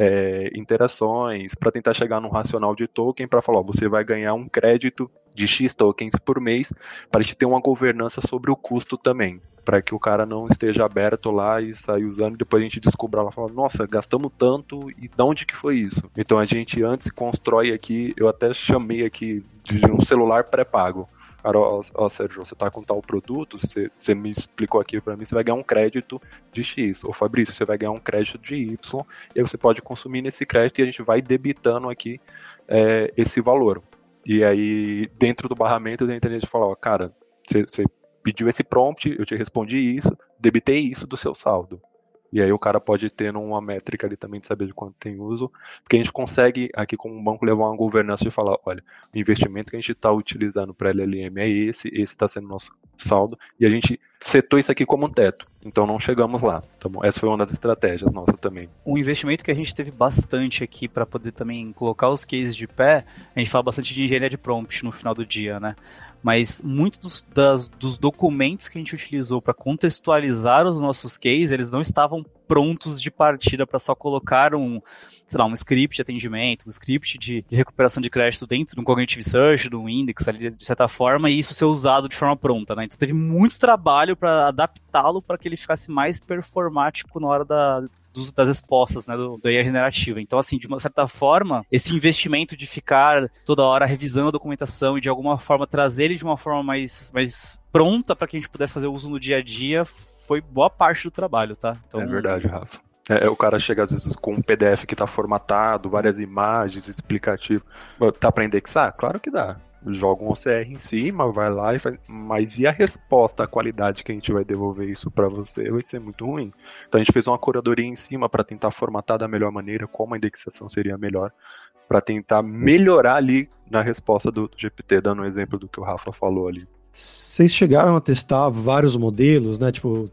interações para tentar chegar num racional de token para falar, ó, você vai ganhar um crédito de X tokens por mês, para a gente ter uma governança sobre o custo também, para que o cara não esteja aberto lá e saia usando e depois a gente descubra lá e fala, nossa, gastamos tanto e de onde que foi isso? Então a gente antes constrói aqui, eu até chamei aqui de um celular pré-pago. Cara, ó, Sérgio, você tá com tal produto, você me explicou aqui para mim, você vai ganhar um crédito de X. Ou Fabrício, você vai ganhar um crédito de Y, e aí você pode consumir nesse crédito e a gente vai debitando aqui esse valor. E aí, dentro do barramento, a gente fala, ó, cara, você pediu esse prompt, eu te respondi isso, debitei isso do seu saldo. E aí o cara pode ter uma métrica ali também de saber de quanto tem uso, porque a gente consegue aqui como um banco levar uma governança de falar, olha, o investimento que a gente está utilizando para LLM é esse está sendo nosso saldo, e a gente setou isso aqui como um teto, então não chegamos lá. Tá bom? Essa foi uma das estratégias nossas também.
Um investimento que a gente teve bastante aqui para poder também colocar os cases de pé, a gente fala bastante de engenharia de prompt no final do dia, né? Mas muitos dos documentos que a gente utilizou para contextualizar os nossos cases, eles não estavam prontos de partida para só colocar um script de atendimento, um script de recuperação de crédito dentro de um Cognitive Search, de um index ali, de certa forma, e isso ser usado de forma pronta, né? Então teve muito trabalho para adaptá-lo para que ele ficasse mais performático na hora das respostas, né, do IA generativa. Então, assim, de uma certa forma, esse investimento de ficar toda hora revisando a documentação e de alguma forma trazer ele de uma forma mais pronta para que a gente pudesse fazer uso no dia a dia foi boa parte do trabalho, tá? Então,
é verdade, Rafa. O cara chega às vezes com um PDF que tá formatado, várias imagens, explicativo. Dá para indexar? Claro que dá. Joga um OCR em cima, vai lá e faz. Mas e a resposta, a qualidade que a gente vai devolver isso para você? Vai ser muito ruim. Então a gente fez uma curadoria em cima para tentar formatar da melhor maneira, como a indexação seria melhor, para tentar melhorar ali na resposta do GPT, dando um exemplo do que o Rafa falou ali.
Vocês chegaram a testar vários modelos, né? Tipo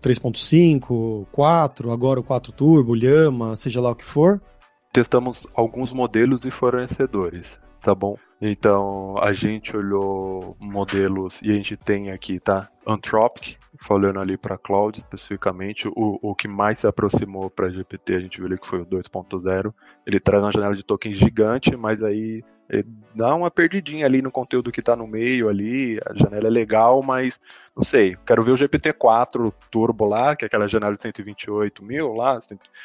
3.5, 4, agora o 4 Turbo, Llama, seja lá o que for?
Testamos alguns modelos e fornecedores, tá bom? Então, a gente olhou modelos, e a gente tem aqui, tá? Anthropic, falando ali para cloud especificamente, o que mais se aproximou para GPT, a gente viu ali que foi o 2.0. Ele traz uma janela de token gigante, mas aí ele dá uma perdidinha ali no conteúdo que está no meio ali, a janela é legal, mas não sei, quero ver o GPT-4 Turbo lá, que é aquela janela de 128 mil lá,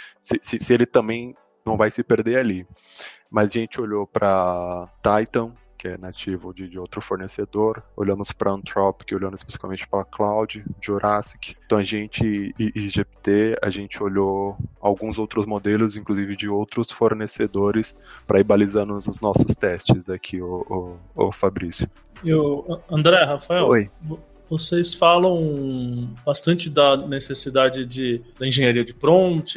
se ele também não vai se perder ali. Mas a gente olhou para Titan, que é nativo de outro fornecedor, olhamos para Anthropic, olhando especificamente para Cloud, Jurassic. Então a gente, e GPT, a gente olhou alguns outros modelos, inclusive de outros fornecedores, para ir balizando os nossos testes aqui, o Fabrício.
E o André, Rafael,
Oi.
Vocês falam bastante da necessidade da engenharia de prompt,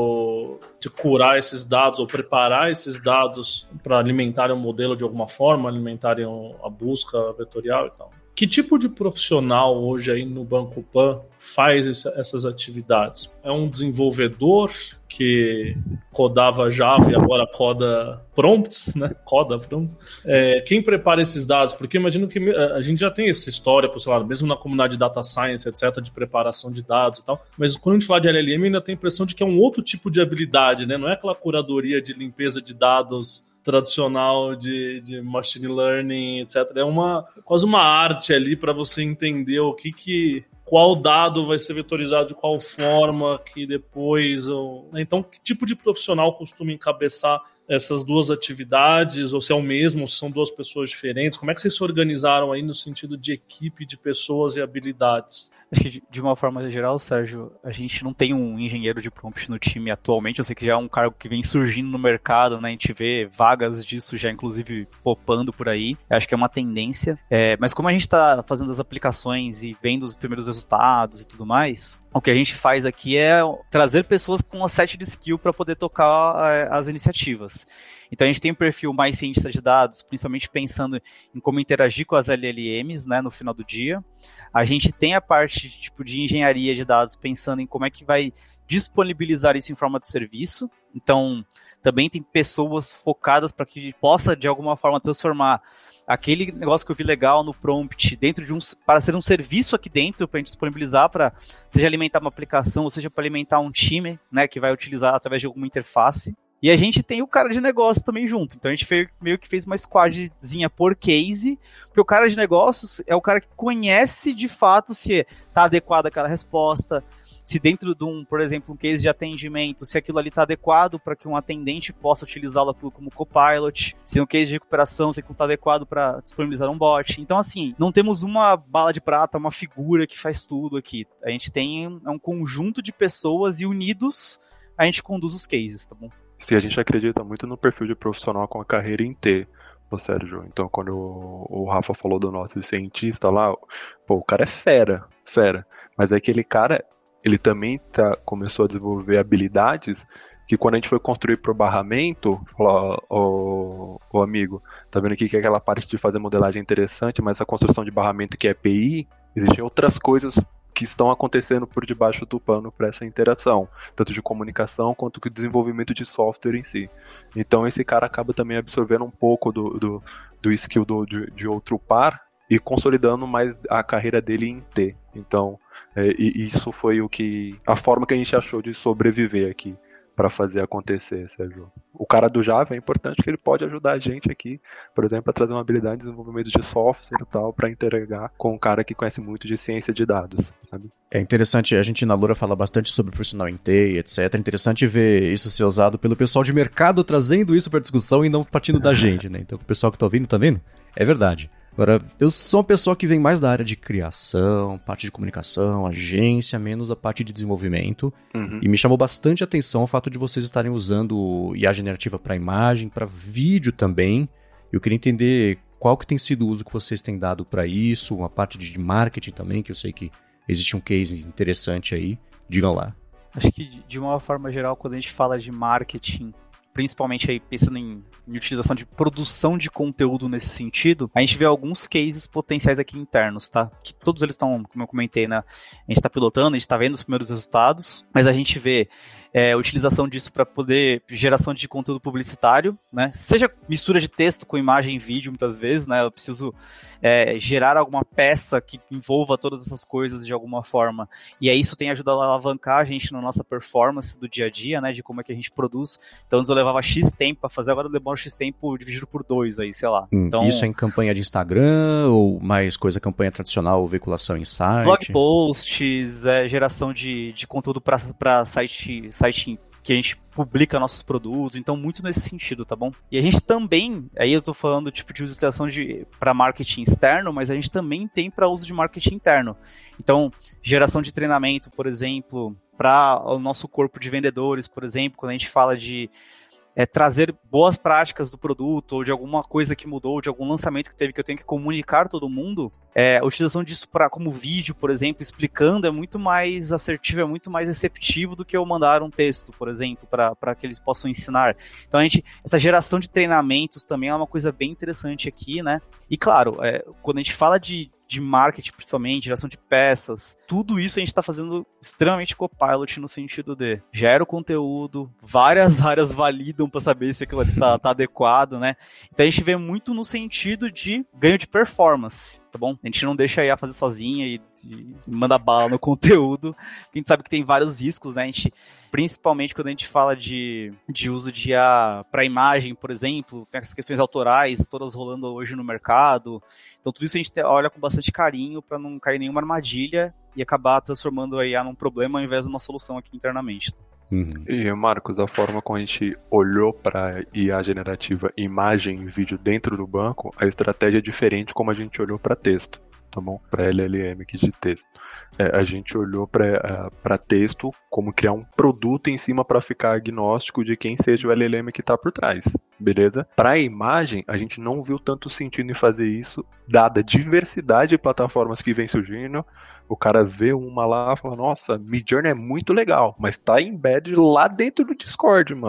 de curar esses dados ou preparar esses dados para alimentarem um modelo de alguma forma, alimentarem a busca vetorial e tal. Que tipo de profissional hoje aí no Banco Pan faz essas atividades? É um desenvolvedor que codava Java e agora coda prompts, né? Coda prompts. Quem prepara esses dados? Porque eu imagino que a gente já tem essa história, por sei lá, mesmo na comunidade de data science, etc., de preparação de dados e tal, mas quando a gente fala de LLM, ainda tem a impressão de que é um outro tipo de habilidade, né? Não é aquela curadoria de limpeza de dados tradicional de machine learning, etc. É quase uma arte ali para você entender qual dado vai ser vetorizado de qual forma, que depois... Então, que tipo de profissional costuma encabeçar essas duas atividades, ou se é o mesmo, ou se são duas pessoas diferentes? Como é que vocês se organizaram aí no sentido de equipe, de pessoas e habilidades?
Acho que de uma forma geral, Sérgio, a gente não tem um engenheiro de prompt no time atualmente. Eu sei que já é um cargo que vem surgindo no mercado, né? A gente vê vagas disso já, inclusive, popando por aí. Eu acho que é uma tendência. Mas como a gente está fazendo as aplicações e vendo os primeiros resultados e tudo mais, o que a gente faz aqui é trazer pessoas com um set de skill para poder tocar as iniciativas. Então a gente tem um perfil mais cientista de dados, principalmente pensando em como interagir com as LLMs, né, no final do dia. A gente tem a parte parte tipo, de engenharia de dados, pensando em como é que vai disponibilizar isso em forma de serviço. Então, também tem pessoas focadas para que possa, de alguma forma, transformar aquele negócio que eu vi legal no prompt dentro de para ser um serviço aqui dentro, para a gente disponibilizar para, seja alimentar uma aplicação, ou seja para alimentar um time, né, que vai utilizar através de alguma interface. E a gente tem o cara de negócio também junto. Então a gente meio que fez uma squadzinha por case, porque o cara de negócios é o cara que conhece de fato se está adequada aquela resposta, se dentro de por exemplo, um case de atendimento, se aquilo ali está adequado para que um atendente possa utilizá-lo como copilot, se um case de recuperação, se aquilo está adequado para disponibilizar um bot. Então, assim, não temos uma bala de prata, uma figura que faz tudo aqui. A gente tem um conjunto de pessoas e unidos a gente conduz os cases, tá bom?
Se a gente acredita muito no perfil de profissional com a carreira em T, Sérgio. Então, quando o Rafa falou do nosso cientista lá, pô, o cara é fera. Mas é aquele cara, ele também começou a desenvolver habilidades que quando a gente foi construir pro barramento, falou, ô amigo, tá vendo aqui que aquela parte de fazer modelagem é interessante, mas essa construção de barramento que é API, existem outras coisas que estão acontecendo por debaixo do pano para essa interação, tanto de comunicação quanto de desenvolvimento de software em si. Então esse cara acaba também absorvendo um pouco do skill de outro par e consolidando mais a carreira dele em T. Então isso foi a forma que a gente achou de sobreviver aqui para fazer acontecer, Sérgio. O cara do Java é importante que ele pode ajudar a gente aqui, por exemplo, a trazer uma habilidade de desenvolvimento de software e tal, para interagir com um cara que conhece muito de ciência de dados, sabe?
É interessante, a gente na Lura fala bastante sobre profissional em T, etc. É interessante ver isso ser usado pelo pessoal de mercado trazendo isso para discussão e não partindo da gente, né? Então o pessoal que tá ouvindo, tá vendo? É verdade. Agora, eu sou uma pessoa que vem mais da área de criação, parte de comunicação, agência, menos da parte de desenvolvimento. E me chamou bastante a atenção o fato de vocês estarem usando IA generativa para imagem, para vídeo também. Eu queria entender qual que tem sido o uso que vocês têm dado para isso, uma parte de marketing também, que eu sei que existe um case interessante aí. Digam lá.
Acho que, de uma forma geral, quando a gente fala de marketing, principalmente aí pensando em utilização de produção de conteúdo nesse sentido, a gente vê alguns cases potenciais aqui internos, tá? Que todos eles estão, como eu comentei, né? A gente está pilotando, a gente está vendo os primeiros resultados, mas a gente vê utilização disso para poder geração de conteúdo publicitário, né? Seja mistura de texto com imagem e vídeo, muitas vezes, né? Eu preciso gerar alguma peça que envolva todas essas coisas de alguma forma. E aí isso tem ajudado a alavancar a gente na nossa performance do dia a dia, né? De como é que a gente produz. Então, antes eu levava X tempo para fazer, agora eu demoro X tempo dividido por 2 aí, sei lá.
Então, isso é em campanha de Instagram ou mais coisa campanha tradicional, veiculação em site?
Blog posts, geração de conteúdo para site que a gente publica nossos produtos, então muito nesse sentido, tá bom? E a gente também, aí eu tô falando tipo de utilização para marketing externo, mas a gente também tem para uso de marketing interno. Então, geração de treinamento, por exemplo, para o nosso corpo de vendedores, por exemplo, quando a gente fala de trazer boas práticas do produto, ou de alguma coisa que mudou, de algum lançamento que teve que eu tenho que comunicar todo mundo, a utilização disso como vídeo, por exemplo, explicando, é muito mais assertivo, é muito mais receptivo do que eu mandar um texto, por exemplo, para que eles possam ensinar. Então, essa geração de treinamentos também é uma coisa bem interessante aqui, né? E claro, quando a gente fala de marketing, principalmente, geração de peças, tudo isso a gente está fazendo extremamente copilot no sentido de gera o conteúdo, várias áreas validam para saber se aquilo ali tá adequado, né? Então a gente vê muito no sentido de ganho de performance, tá bom? A gente não deixa a IA fazer sozinha e manda bala no conteúdo, porque a gente sabe que tem vários riscos, né? Principalmente quando a gente fala de uso de IA para imagem, por exemplo, tem as questões autorais todas rolando hoje no mercado. Então tudo isso a gente olha com bastante carinho para não cair em nenhuma armadilha e acabar transformando a IA num problema ao invés de uma solução aqui internamente.
E, Marcos, a forma como a gente olhou para IA generativa, imagem e vídeo dentro do banco, a estratégia é diferente como a gente olhou para texto. Tá bom? Para LLM aqui de texto. A gente olhou para texto como criar um produto em cima para ficar agnóstico de quem seja o LLM que está por trás, beleza? Para imagem, a gente não viu tanto sentido em fazer isso, dada a diversidade de plataformas que vem surgindo. O cara vê uma lá e fala, nossa, Midjourney é muito legal, mas tá embedded lá dentro do Discord, mano.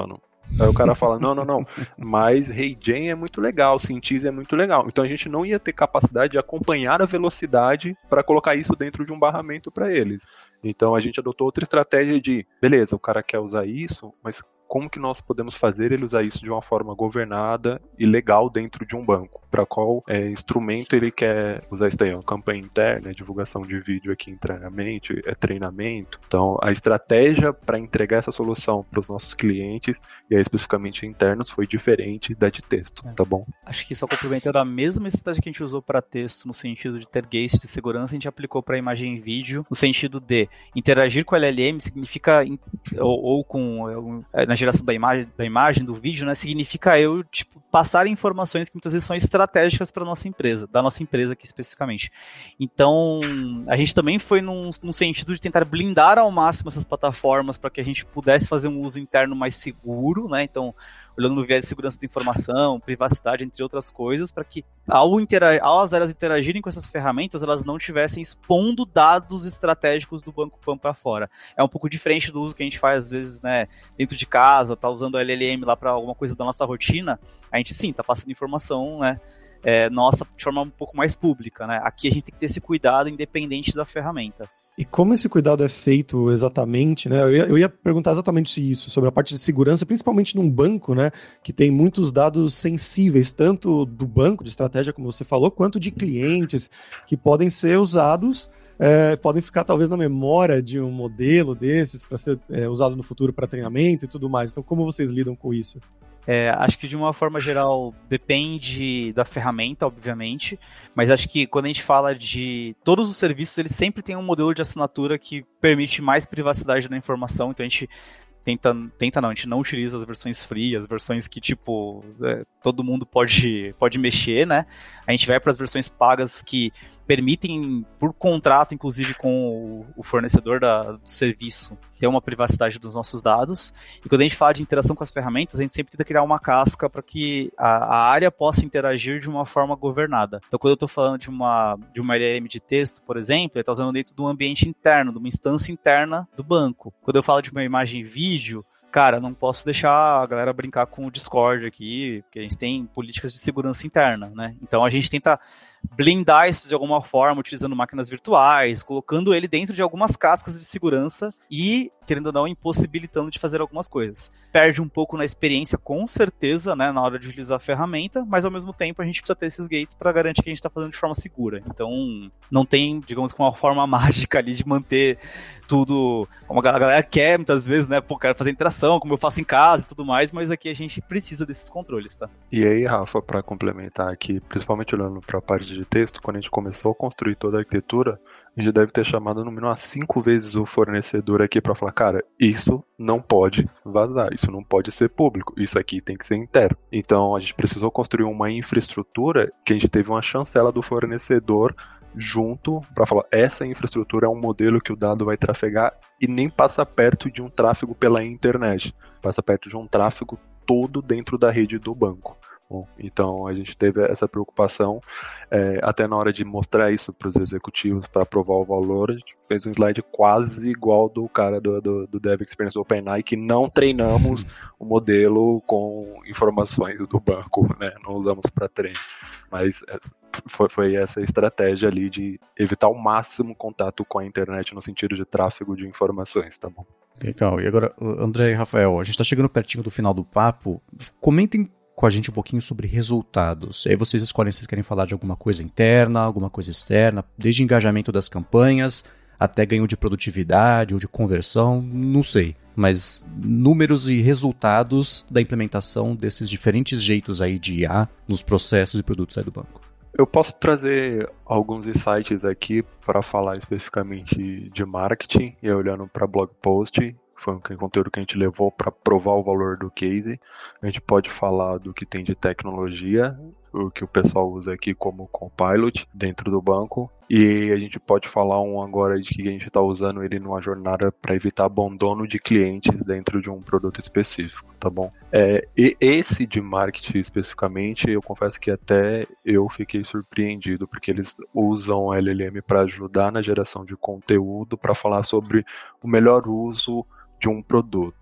Aí o cara fala, não, mas HeyGen é muito legal, Synthes é muito legal. Então a gente não ia ter capacidade de acompanhar a velocidade para colocar isso dentro de um barramento para eles. Então a gente adotou outra estratégia de, beleza, o cara quer usar isso, mas como que nós podemos fazer ele usar isso de uma forma governada e legal dentro de um banco? Para qual instrumento ele quer usar isso daí? Campanha interna, divulgação de vídeo aqui internamente, treinamento. Então, a estratégia para entregar essa solução para os nossos clientes, e aí especificamente internos, foi diferente da de texto, tá bom?
Acho que só complementando a mesma estratégia que a gente usou para texto, no sentido de ter gates de segurança, a gente aplicou para imagem e vídeo, no sentido de interagir com a LLM significa, ou com na geração da imagem, do vídeo, né, significa eu, passar informações que muitas vezes são estratégicas para nossa empresa, da nossa empresa aqui especificamente. Então, a gente também foi num sentido de tentar blindar ao máximo essas plataformas para que a gente pudesse fazer um uso interno mais seguro, né, então, olhando no viés de segurança da informação, privacidade, entre outras coisas, para que ao elas interagirem com essas ferramentas, elas não estivessem expondo dados estratégicos do Banco Pan para fora. É um pouco diferente do uso que a gente faz, às vezes, né, dentro de casa, tá usando a LLM lá para alguma coisa da nossa rotina, a gente sim, tá passando informação, né, nossa, de forma um pouco mais pública, né. Aqui a gente tem que ter esse cuidado independente da ferramenta.
E como esse cuidado é feito exatamente, né? Eu ia perguntar exatamente isso, sobre a parte de segurança, principalmente num banco, né? Que tem muitos dados sensíveis, tanto do banco, de estratégia, como você falou, quanto de clientes, que podem ser usados, podem ficar talvez na memória de um modelo desses, para ser usado no futuro para treinamento e tudo mais. Então, como vocês lidam com isso?
Acho que de uma forma geral depende da ferramenta, obviamente, mas acho que quando a gente fala de todos os serviços, eles sempre têm um modelo de assinatura que permite mais privacidade da informação, então a gente a gente não utiliza as versões free, as versões que, todo mundo pode mexer, né? A gente vai para as versões pagas que permitem, por contrato, inclusive com o fornecedor do serviço, ter uma privacidade dos nossos dados. E quando a gente fala de interação com as ferramentas, a gente sempre tenta criar uma casca para que a área possa interagir de uma forma governada. Então, quando eu estou falando de uma LLM de texto, por exemplo, ele está usando dentro de um ambiente interno, de uma instância interna do banco. Quando eu falo de uma imagem e vídeo, cara, não posso deixar a galera brincar com o Discord aqui, porque a gente tem políticas de segurança interna, né? Então a gente tenta blindar isso de alguma forma, utilizando máquinas virtuais, colocando ele dentro de algumas cascas de segurança e, querendo ou não, impossibilitando de fazer algumas coisas. Perde um pouco na experiência, com certeza, né, na hora de utilizar a ferramenta, mas ao mesmo tempo a gente precisa ter esses gates para garantir que a gente está fazendo de forma segura. Então, não tem, digamos, uma forma mágica ali de manter tudo, como a galera quer muitas vezes, né, quero fazer interação, como eu faço em casa e tudo mais, mas aqui a gente precisa desses controles, tá?
E aí, Rafa, para complementar aqui, principalmente olhando para a parte de texto, quando a gente começou a construir toda a arquitetura, a gente deve ter chamado no mínimo umas 5 vezes o fornecedor aqui para falar, cara, isso não pode vazar, isso não pode ser público, isso aqui tem que ser interno. Então a gente precisou construir uma infraestrutura que a gente teve uma chancela do fornecedor junto para falar, essa infraestrutura é um modelo que o dado vai trafegar e nem passa perto de um tráfego pela internet, passa perto de um tráfego todo dentro da rede do banco. Bom, então a gente teve essa preocupação, até na hora de mostrar isso para os executivos para aprovar o valor, a gente fez um slide quase igual do cara do Dev Experience do OpenAI, que não treinamos o modelo com informações do banco, né? Não usamos para treino, mas foi essa estratégia ali de evitar ao máximo contato com a internet no sentido de tráfego de informações, tá bom?
Legal, e agora, André e Rafael, a gente está chegando pertinho do final do papo, comentem com a gente um pouquinho sobre resultados. Aí vocês escolhem se vocês querem falar de alguma coisa interna, alguma coisa externa, desde engajamento das campanhas até ganho de produtividade ou de conversão, não sei. Mas números e resultados da implementação desses diferentes jeitos aí de IA nos processos e produtos aí do banco.
Eu posso trazer alguns insights aqui para falar especificamente de marketing, e olhando para blog post. Foi um conteúdo que a gente levou para provar o valor do case. A gente pode falar do que tem de tecnologia, o que o pessoal usa aqui como Copilot dentro do banco. E a gente pode falar agora de que a gente está usando ele numa jornada para evitar abandono de clientes dentro de um produto específico, tá bom? E esse de marketing especificamente, eu confesso que até eu fiquei surpreendido, porque eles usam a LLM para ajudar na geração de conteúdo, para falar sobre o melhor uso de um produto.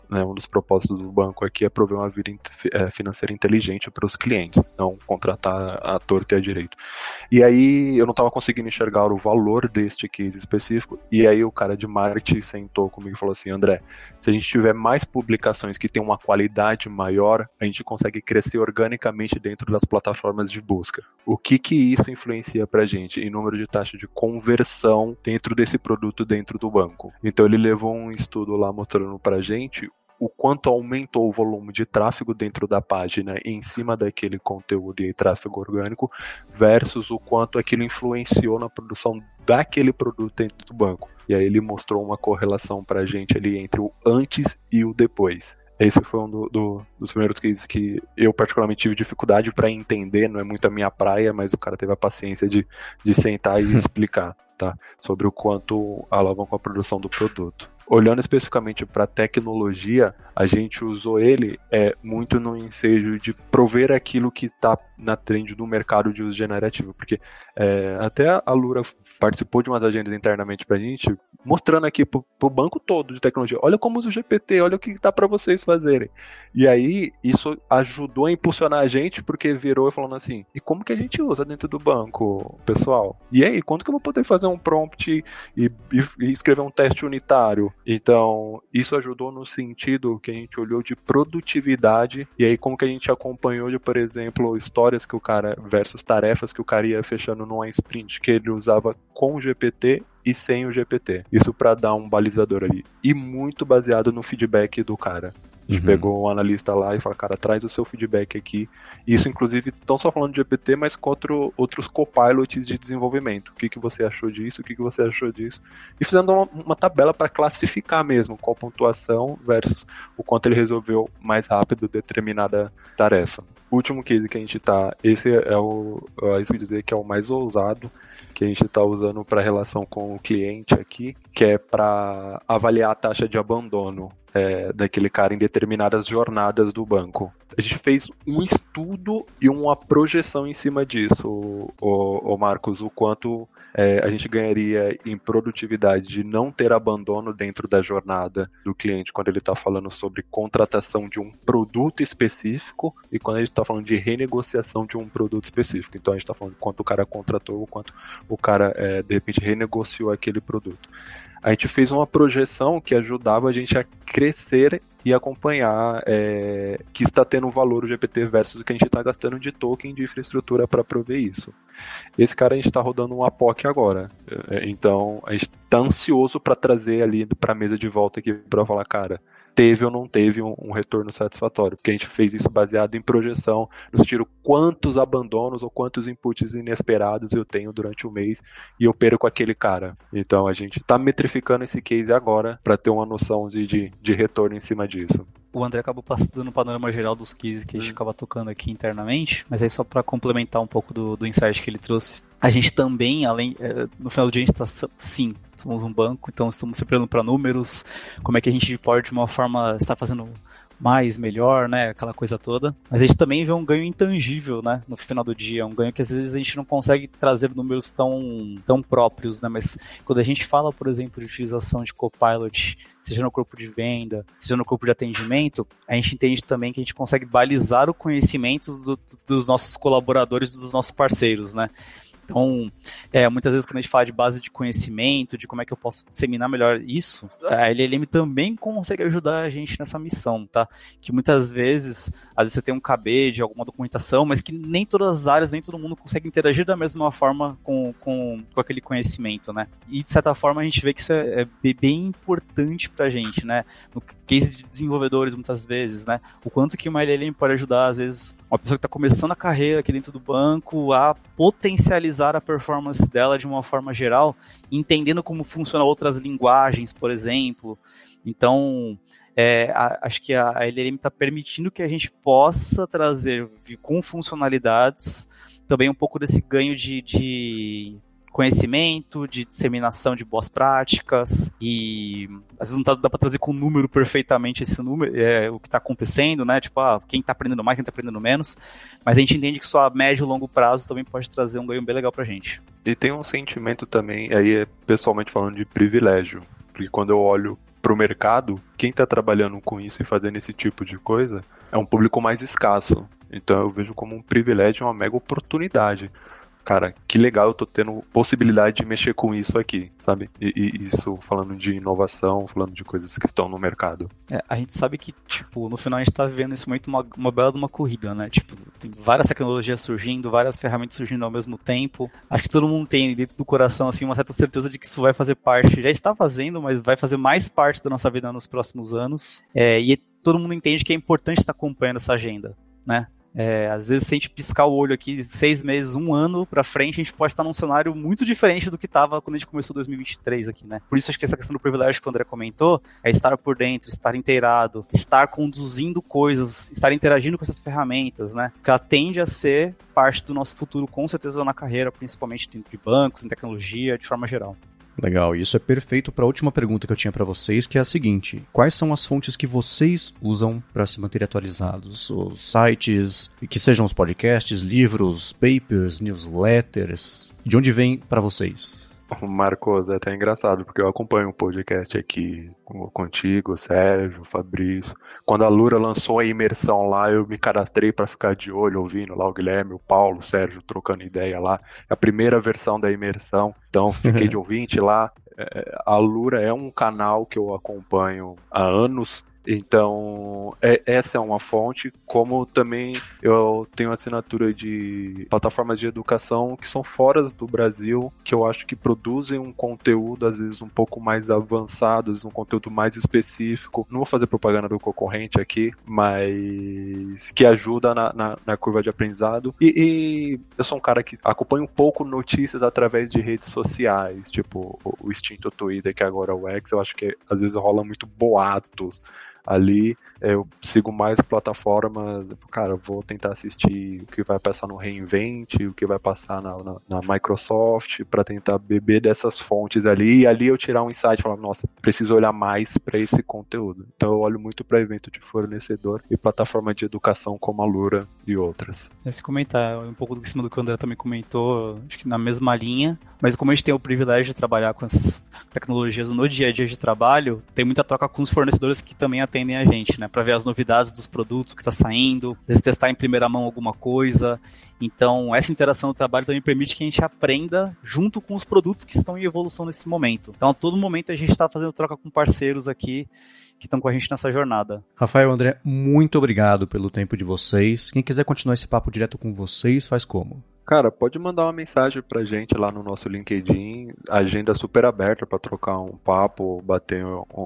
né, um dos propósitos do banco aqui é prover uma vida financeira inteligente para os clientes, não contratar à torta e à direito. E aí eu não estava conseguindo enxergar o valor deste case específico, e aí o cara de marketing sentou comigo e falou assim: André, se a gente tiver mais publicações que tenham uma qualidade maior, a gente consegue crescer organicamente dentro das plataformas de busca. O que isso influencia pra gente em número de taxa de conversão dentro desse produto dentro do banco? Então ele levou um estudo lá mostrando pra gente o quanto aumentou o volume de tráfego dentro da página em cima daquele conteúdo e tráfego orgânico versus o quanto aquilo influenciou na produção daquele produto dentro do banco. E aí ele mostrou uma correlação pra gente ali entre o antes e o depois. Esse foi um dos primeiros cases que eu particularmente tive dificuldade para entender, não é muito a minha praia, mas o cara teve a paciência de sentar e explicar, tá? Sobre o quanto alavancou a produção do produto. Olhando especificamente para a tecnologia, a gente usou ele muito no ensejo de prover aquilo que está na trend do mercado de uso generativo, porque até a Lura participou de umas agendas internamente para a gente, mostrando aqui para o banco todo de tecnologia, olha como usa o GPT, olha o que está para vocês fazerem. E aí isso ajudou a impulsionar a gente, porque virou falando assim, e como que a gente usa dentro do banco, pessoal? E aí, quando que eu vou poder fazer um prompt e escrever um teste unitário? Então, isso ajudou no sentido que a gente olhou de produtividade, e aí como que a gente acompanhou de, por exemplo, histórias que o cara, versus tarefas que o cara ia fechando numa sprint, que ele usava com o GPT e sem o GPT. Isso para dar um balizador ali. E muito baseado no feedback do cara. A gente pegou um analista lá e falou, cara, traz o seu feedback aqui. Isso, inclusive, estão só falando de GPT, mas com outros copilots de desenvolvimento. O que você achou disso? O que você achou disso? E fizendo uma tabela para classificar mesmo qual pontuação versus o quanto ele resolveu mais rápido determinada tarefa. O último case que a gente tá, esse é isso que eu dizer que é o mais ousado, que a gente está usando para relação com o cliente aqui, que é para avaliar a taxa de abandono daquele cara em determinadas jornadas do banco. A gente fez um estudo e uma projeção em cima disso, o Marcos, o quanto a gente ganharia em produtividade de não ter abandono dentro da jornada do cliente quando ele está falando sobre contratação de um produto específico e quando a gente está falando de renegociação de um produto específico. Então a gente está falando de quanto o cara contratou, quanto o cara de repente renegociou aquele produto. A gente fez uma projeção que ajudava a gente a crescer e acompanhar que está tendo um valor o GPT versus o que a gente está gastando de token de infraestrutura para prover isso. Esse cara a gente está rodando um APOC agora, então a gente está ansioso para trazer ali para a mesa de volta aqui para falar, cara, teve ou não teve um retorno satisfatório, porque a gente fez isso baseado em projeção, no sentido quantos abandonos ou quantos inputs inesperados eu tenho durante o mês e eu perco aquele cara. Então a gente está metrificando esse case agora para ter uma noção de retorno em cima disso.
O André acabou dando um panorama geral dos cases que a gente acaba tocando aqui internamente, mas aí só para complementar um pouco do insight que ele trouxe, a gente também, no final do dia, a gente está, sim, somos um banco, então estamos sempre olhando para números, como é que a gente pode, de uma forma, estar fazendo mais, melhor, né, aquela coisa toda. Mas a gente também vê um ganho intangível, né, no final do dia, um ganho que às vezes a gente não consegue trazer números tão próprios, né, mas quando a gente fala, por exemplo, de utilização de Copilot, seja no corpo de venda, seja no corpo de atendimento, a gente entende também que a gente consegue balizar o conhecimento dos nossos colaboradores, dos nossos parceiros, né. Então, muitas vezes quando a gente fala de base de conhecimento, de como é que eu posso disseminar melhor isso, a LLM também consegue ajudar a gente nessa missão, tá? Que muitas vezes, às vezes você tem um KB de alguma documentação, mas que nem todas as áreas, nem todo mundo consegue interagir da mesma forma com aquele conhecimento, né? E de certa forma a gente vê que isso é bem importante pra gente, né? No case de desenvolvedores, muitas vezes, né? O quanto que uma LLM pode ajudar, às vezes, uma pessoa que está começando a carreira aqui dentro do banco a potencializar a performance dela de uma forma geral, entendendo como funcionam outras linguagens, por exemplo. Então, acho que a LLM está permitindo que a gente possa trazer com funcionalidades também um pouco desse ganho de conhecimento, de disseminação de boas práticas, e às vezes não dá para trazer com número perfeitamente esse número, o que está acontecendo, né? Tipo, quem está aprendendo mais, quem está aprendendo menos, mas a gente entende que só a médio e longo prazo também pode trazer um ganho bem legal pra gente.
E tem um sentimento também, aí pessoalmente falando de privilégio, porque quando eu olho pro mercado, quem tá trabalhando com isso e fazendo esse tipo de coisa é um público mais escasso. Então eu vejo como um privilégio, uma mega oportunidade. Cara, que legal, eu tô tendo possibilidade de mexer com isso aqui, sabe? E isso falando de inovação, falando de coisas que estão no mercado.
A gente sabe que, tipo, no final a gente tá vivendo nesse momento uma bela de uma corrida, né? Tipo, tem várias tecnologias surgindo, várias ferramentas surgindo ao mesmo tempo. Acho que todo mundo tem dentro do coração, assim, uma certa certeza de que isso vai fazer parte, já está fazendo, mas vai fazer mais parte da nossa vida nos próximos anos. E todo mundo entende que é importante estar acompanhando essa agenda, né? Às vezes, se a gente piscar o olho aqui 6 meses, 1 ano pra frente, a gente pode estar num cenário muito diferente do que estava quando a gente começou 2023 aqui, né? Por isso, acho que essa questão do privilégio que o André comentou é estar por dentro, estar inteirado, estar conduzindo coisas, estar interagindo com essas ferramentas, né? Porque ela tende a ser parte do nosso futuro, com certeza, na carreira, principalmente dentro de bancos, em tecnologia, de forma geral.
Legal, isso é perfeito para a última pergunta que eu tinha para vocês, que é a seguinte: quais são as fontes que vocês usam para se manter atualizados? Os sites, que sejam os podcasts, livros, papers, newsletters, de onde vem para vocês?
Marcos, é até engraçado, porque eu acompanho um podcast aqui contigo, Sérgio, Fabrício. Quando a Alura lançou a imersão lá, eu me cadastrei para ficar de olho, ouvindo lá o Guilherme, o Paulo, o Sérgio trocando ideia lá. É a primeira versão da imersão, então fiquei de ouvinte lá. A Alura é um canal que eu acompanho há anos. Então, essa é uma fonte, como também eu tenho assinatura de plataformas de educação que são fora do Brasil, que eu acho que produzem um conteúdo, às vezes, um pouco mais avançado, às vezes um conteúdo mais específico. Não vou fazer propaganda do concorrente aqui, mas que ajuda na curva de aprendizado. E eu sou um cara que acompanha um pouco notícias através de redes sociais, tipo o extinto Twitter, que agora é o X. Eu acho que às vezes rola muito boatos ali. Eu sigo mais plataformas, cara, vou tentar assistir o que vai passar no Reinvent, o que vai passar na Microsoft, para tentar beber dessas fontes ali, e ali eu tirar um insight e falar, nossa, preciso olhar mais para esse conteúdo. Então eu olho muito para evento de fornecedor e plataforma de educação como a Alura e outras.
Esse comentário um pouco em cima do que o André também comentou, acho que na mesma linha, mas como a gente tem o privilégio de trabalhar com essas tecnologias no dia a dia de trabalho, tem muita troca com os fornecedores que também atendem a gente, né? Para ver as novidades dos produtos que está saindo, às vezes testar em primeira mão alguma coisa. Então, essa interação do trabalho também permite que a gente aprenda junto com os produtos que estão em evolução nesse momento. Então, a todo momento a gente está fazendo troca com parceiros aqui que estão com a gente nessa jornada.
Rafael, André, muito obrigado pelo tempo de vocês. Quem quiser continuar esse papo direto com vocês, faz como?
Cara, pode mandar uma mensagem pra gente lá no nosso LinkedIn, agenda super aberta para trocar um papo, bater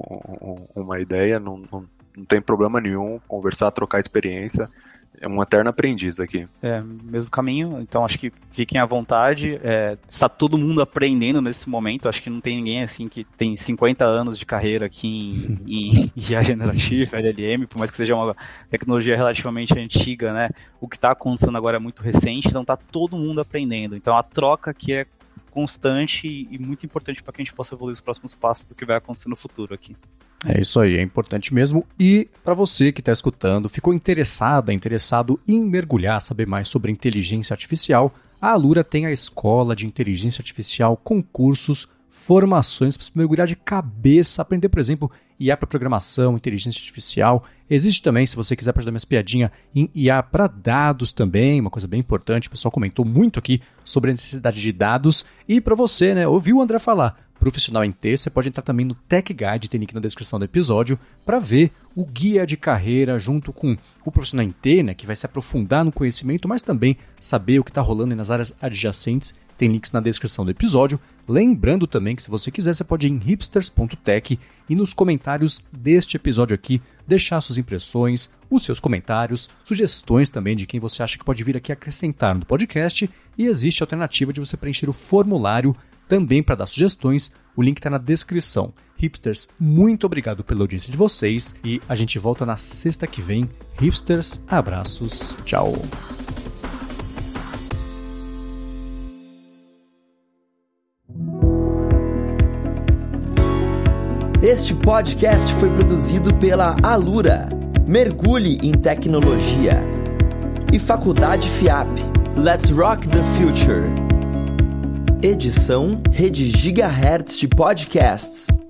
uma ideia, não tem problema nenhum, conversar, trocar experiência. É um eterno aprendiz aqui.
Mesmo caminho, então acho que fiquem à vontade. Está todo mundo aprendendo nesse momento, acho que não tem ninguém assim que tem 50 anos de carreira aqui em IA Generative, LLM, por mais que seja uma tecnologia relativamente antiga, né? O que está acontecendo agora é muito recente, então está todo mundo aprendendo. Então a troca aqui é constante e muito importante para que a gente possa evoluir os próximos passos do que vai acontecer no futuro aqui.
É isso aí, é importante mesmo. E para você que está escutando, ficou interessado em mergulhar, saber mais sobre inteligência artificial, a Alura tem a Escola de Inteligência Artificial com cursos, formações para mergulhar de cabeça, aprender, por exemplo, IA para programação, inteligência artificial. Existe também, se você quiser para dar minhas piadinhas, em IA para dados também, uma coisa bem importante. O pessoal comentou muito aqui sobre a necessidade de dados. E para você, né, ouviu o André falar, profissional em T, você pode entrar também no Tech Guide, tem link na descrição do episódio, para ver o guia de carreira junto com o profissional em T, né, que vai se aprofundar no conhecimento, mas também saber o que está rolando nas áreas adjacentes. Tem links na descrição do episódio. Lembrando também que se você quiser, você pode ir em hipsters.tech e nos comentários deste episódio aqui deixar suas impressões, os seus comentários, sugestões também de quem você acha que pode vir aqui acrescentar no podcast. E existe a alternativa de você preencher o formulário também para dar sugestões. O link está na descrição. Hipsters, muito obrigado pela audiência de vocês e a gente volta na sexta que vem. Hipsters, abraços, tchau.
Este podcast foi produzido pela Alura, Mergulhe em Tecnologia, e Faculdade FIAP. Let's Rock the Future. Edição Rede Gigahertz de Podcasts.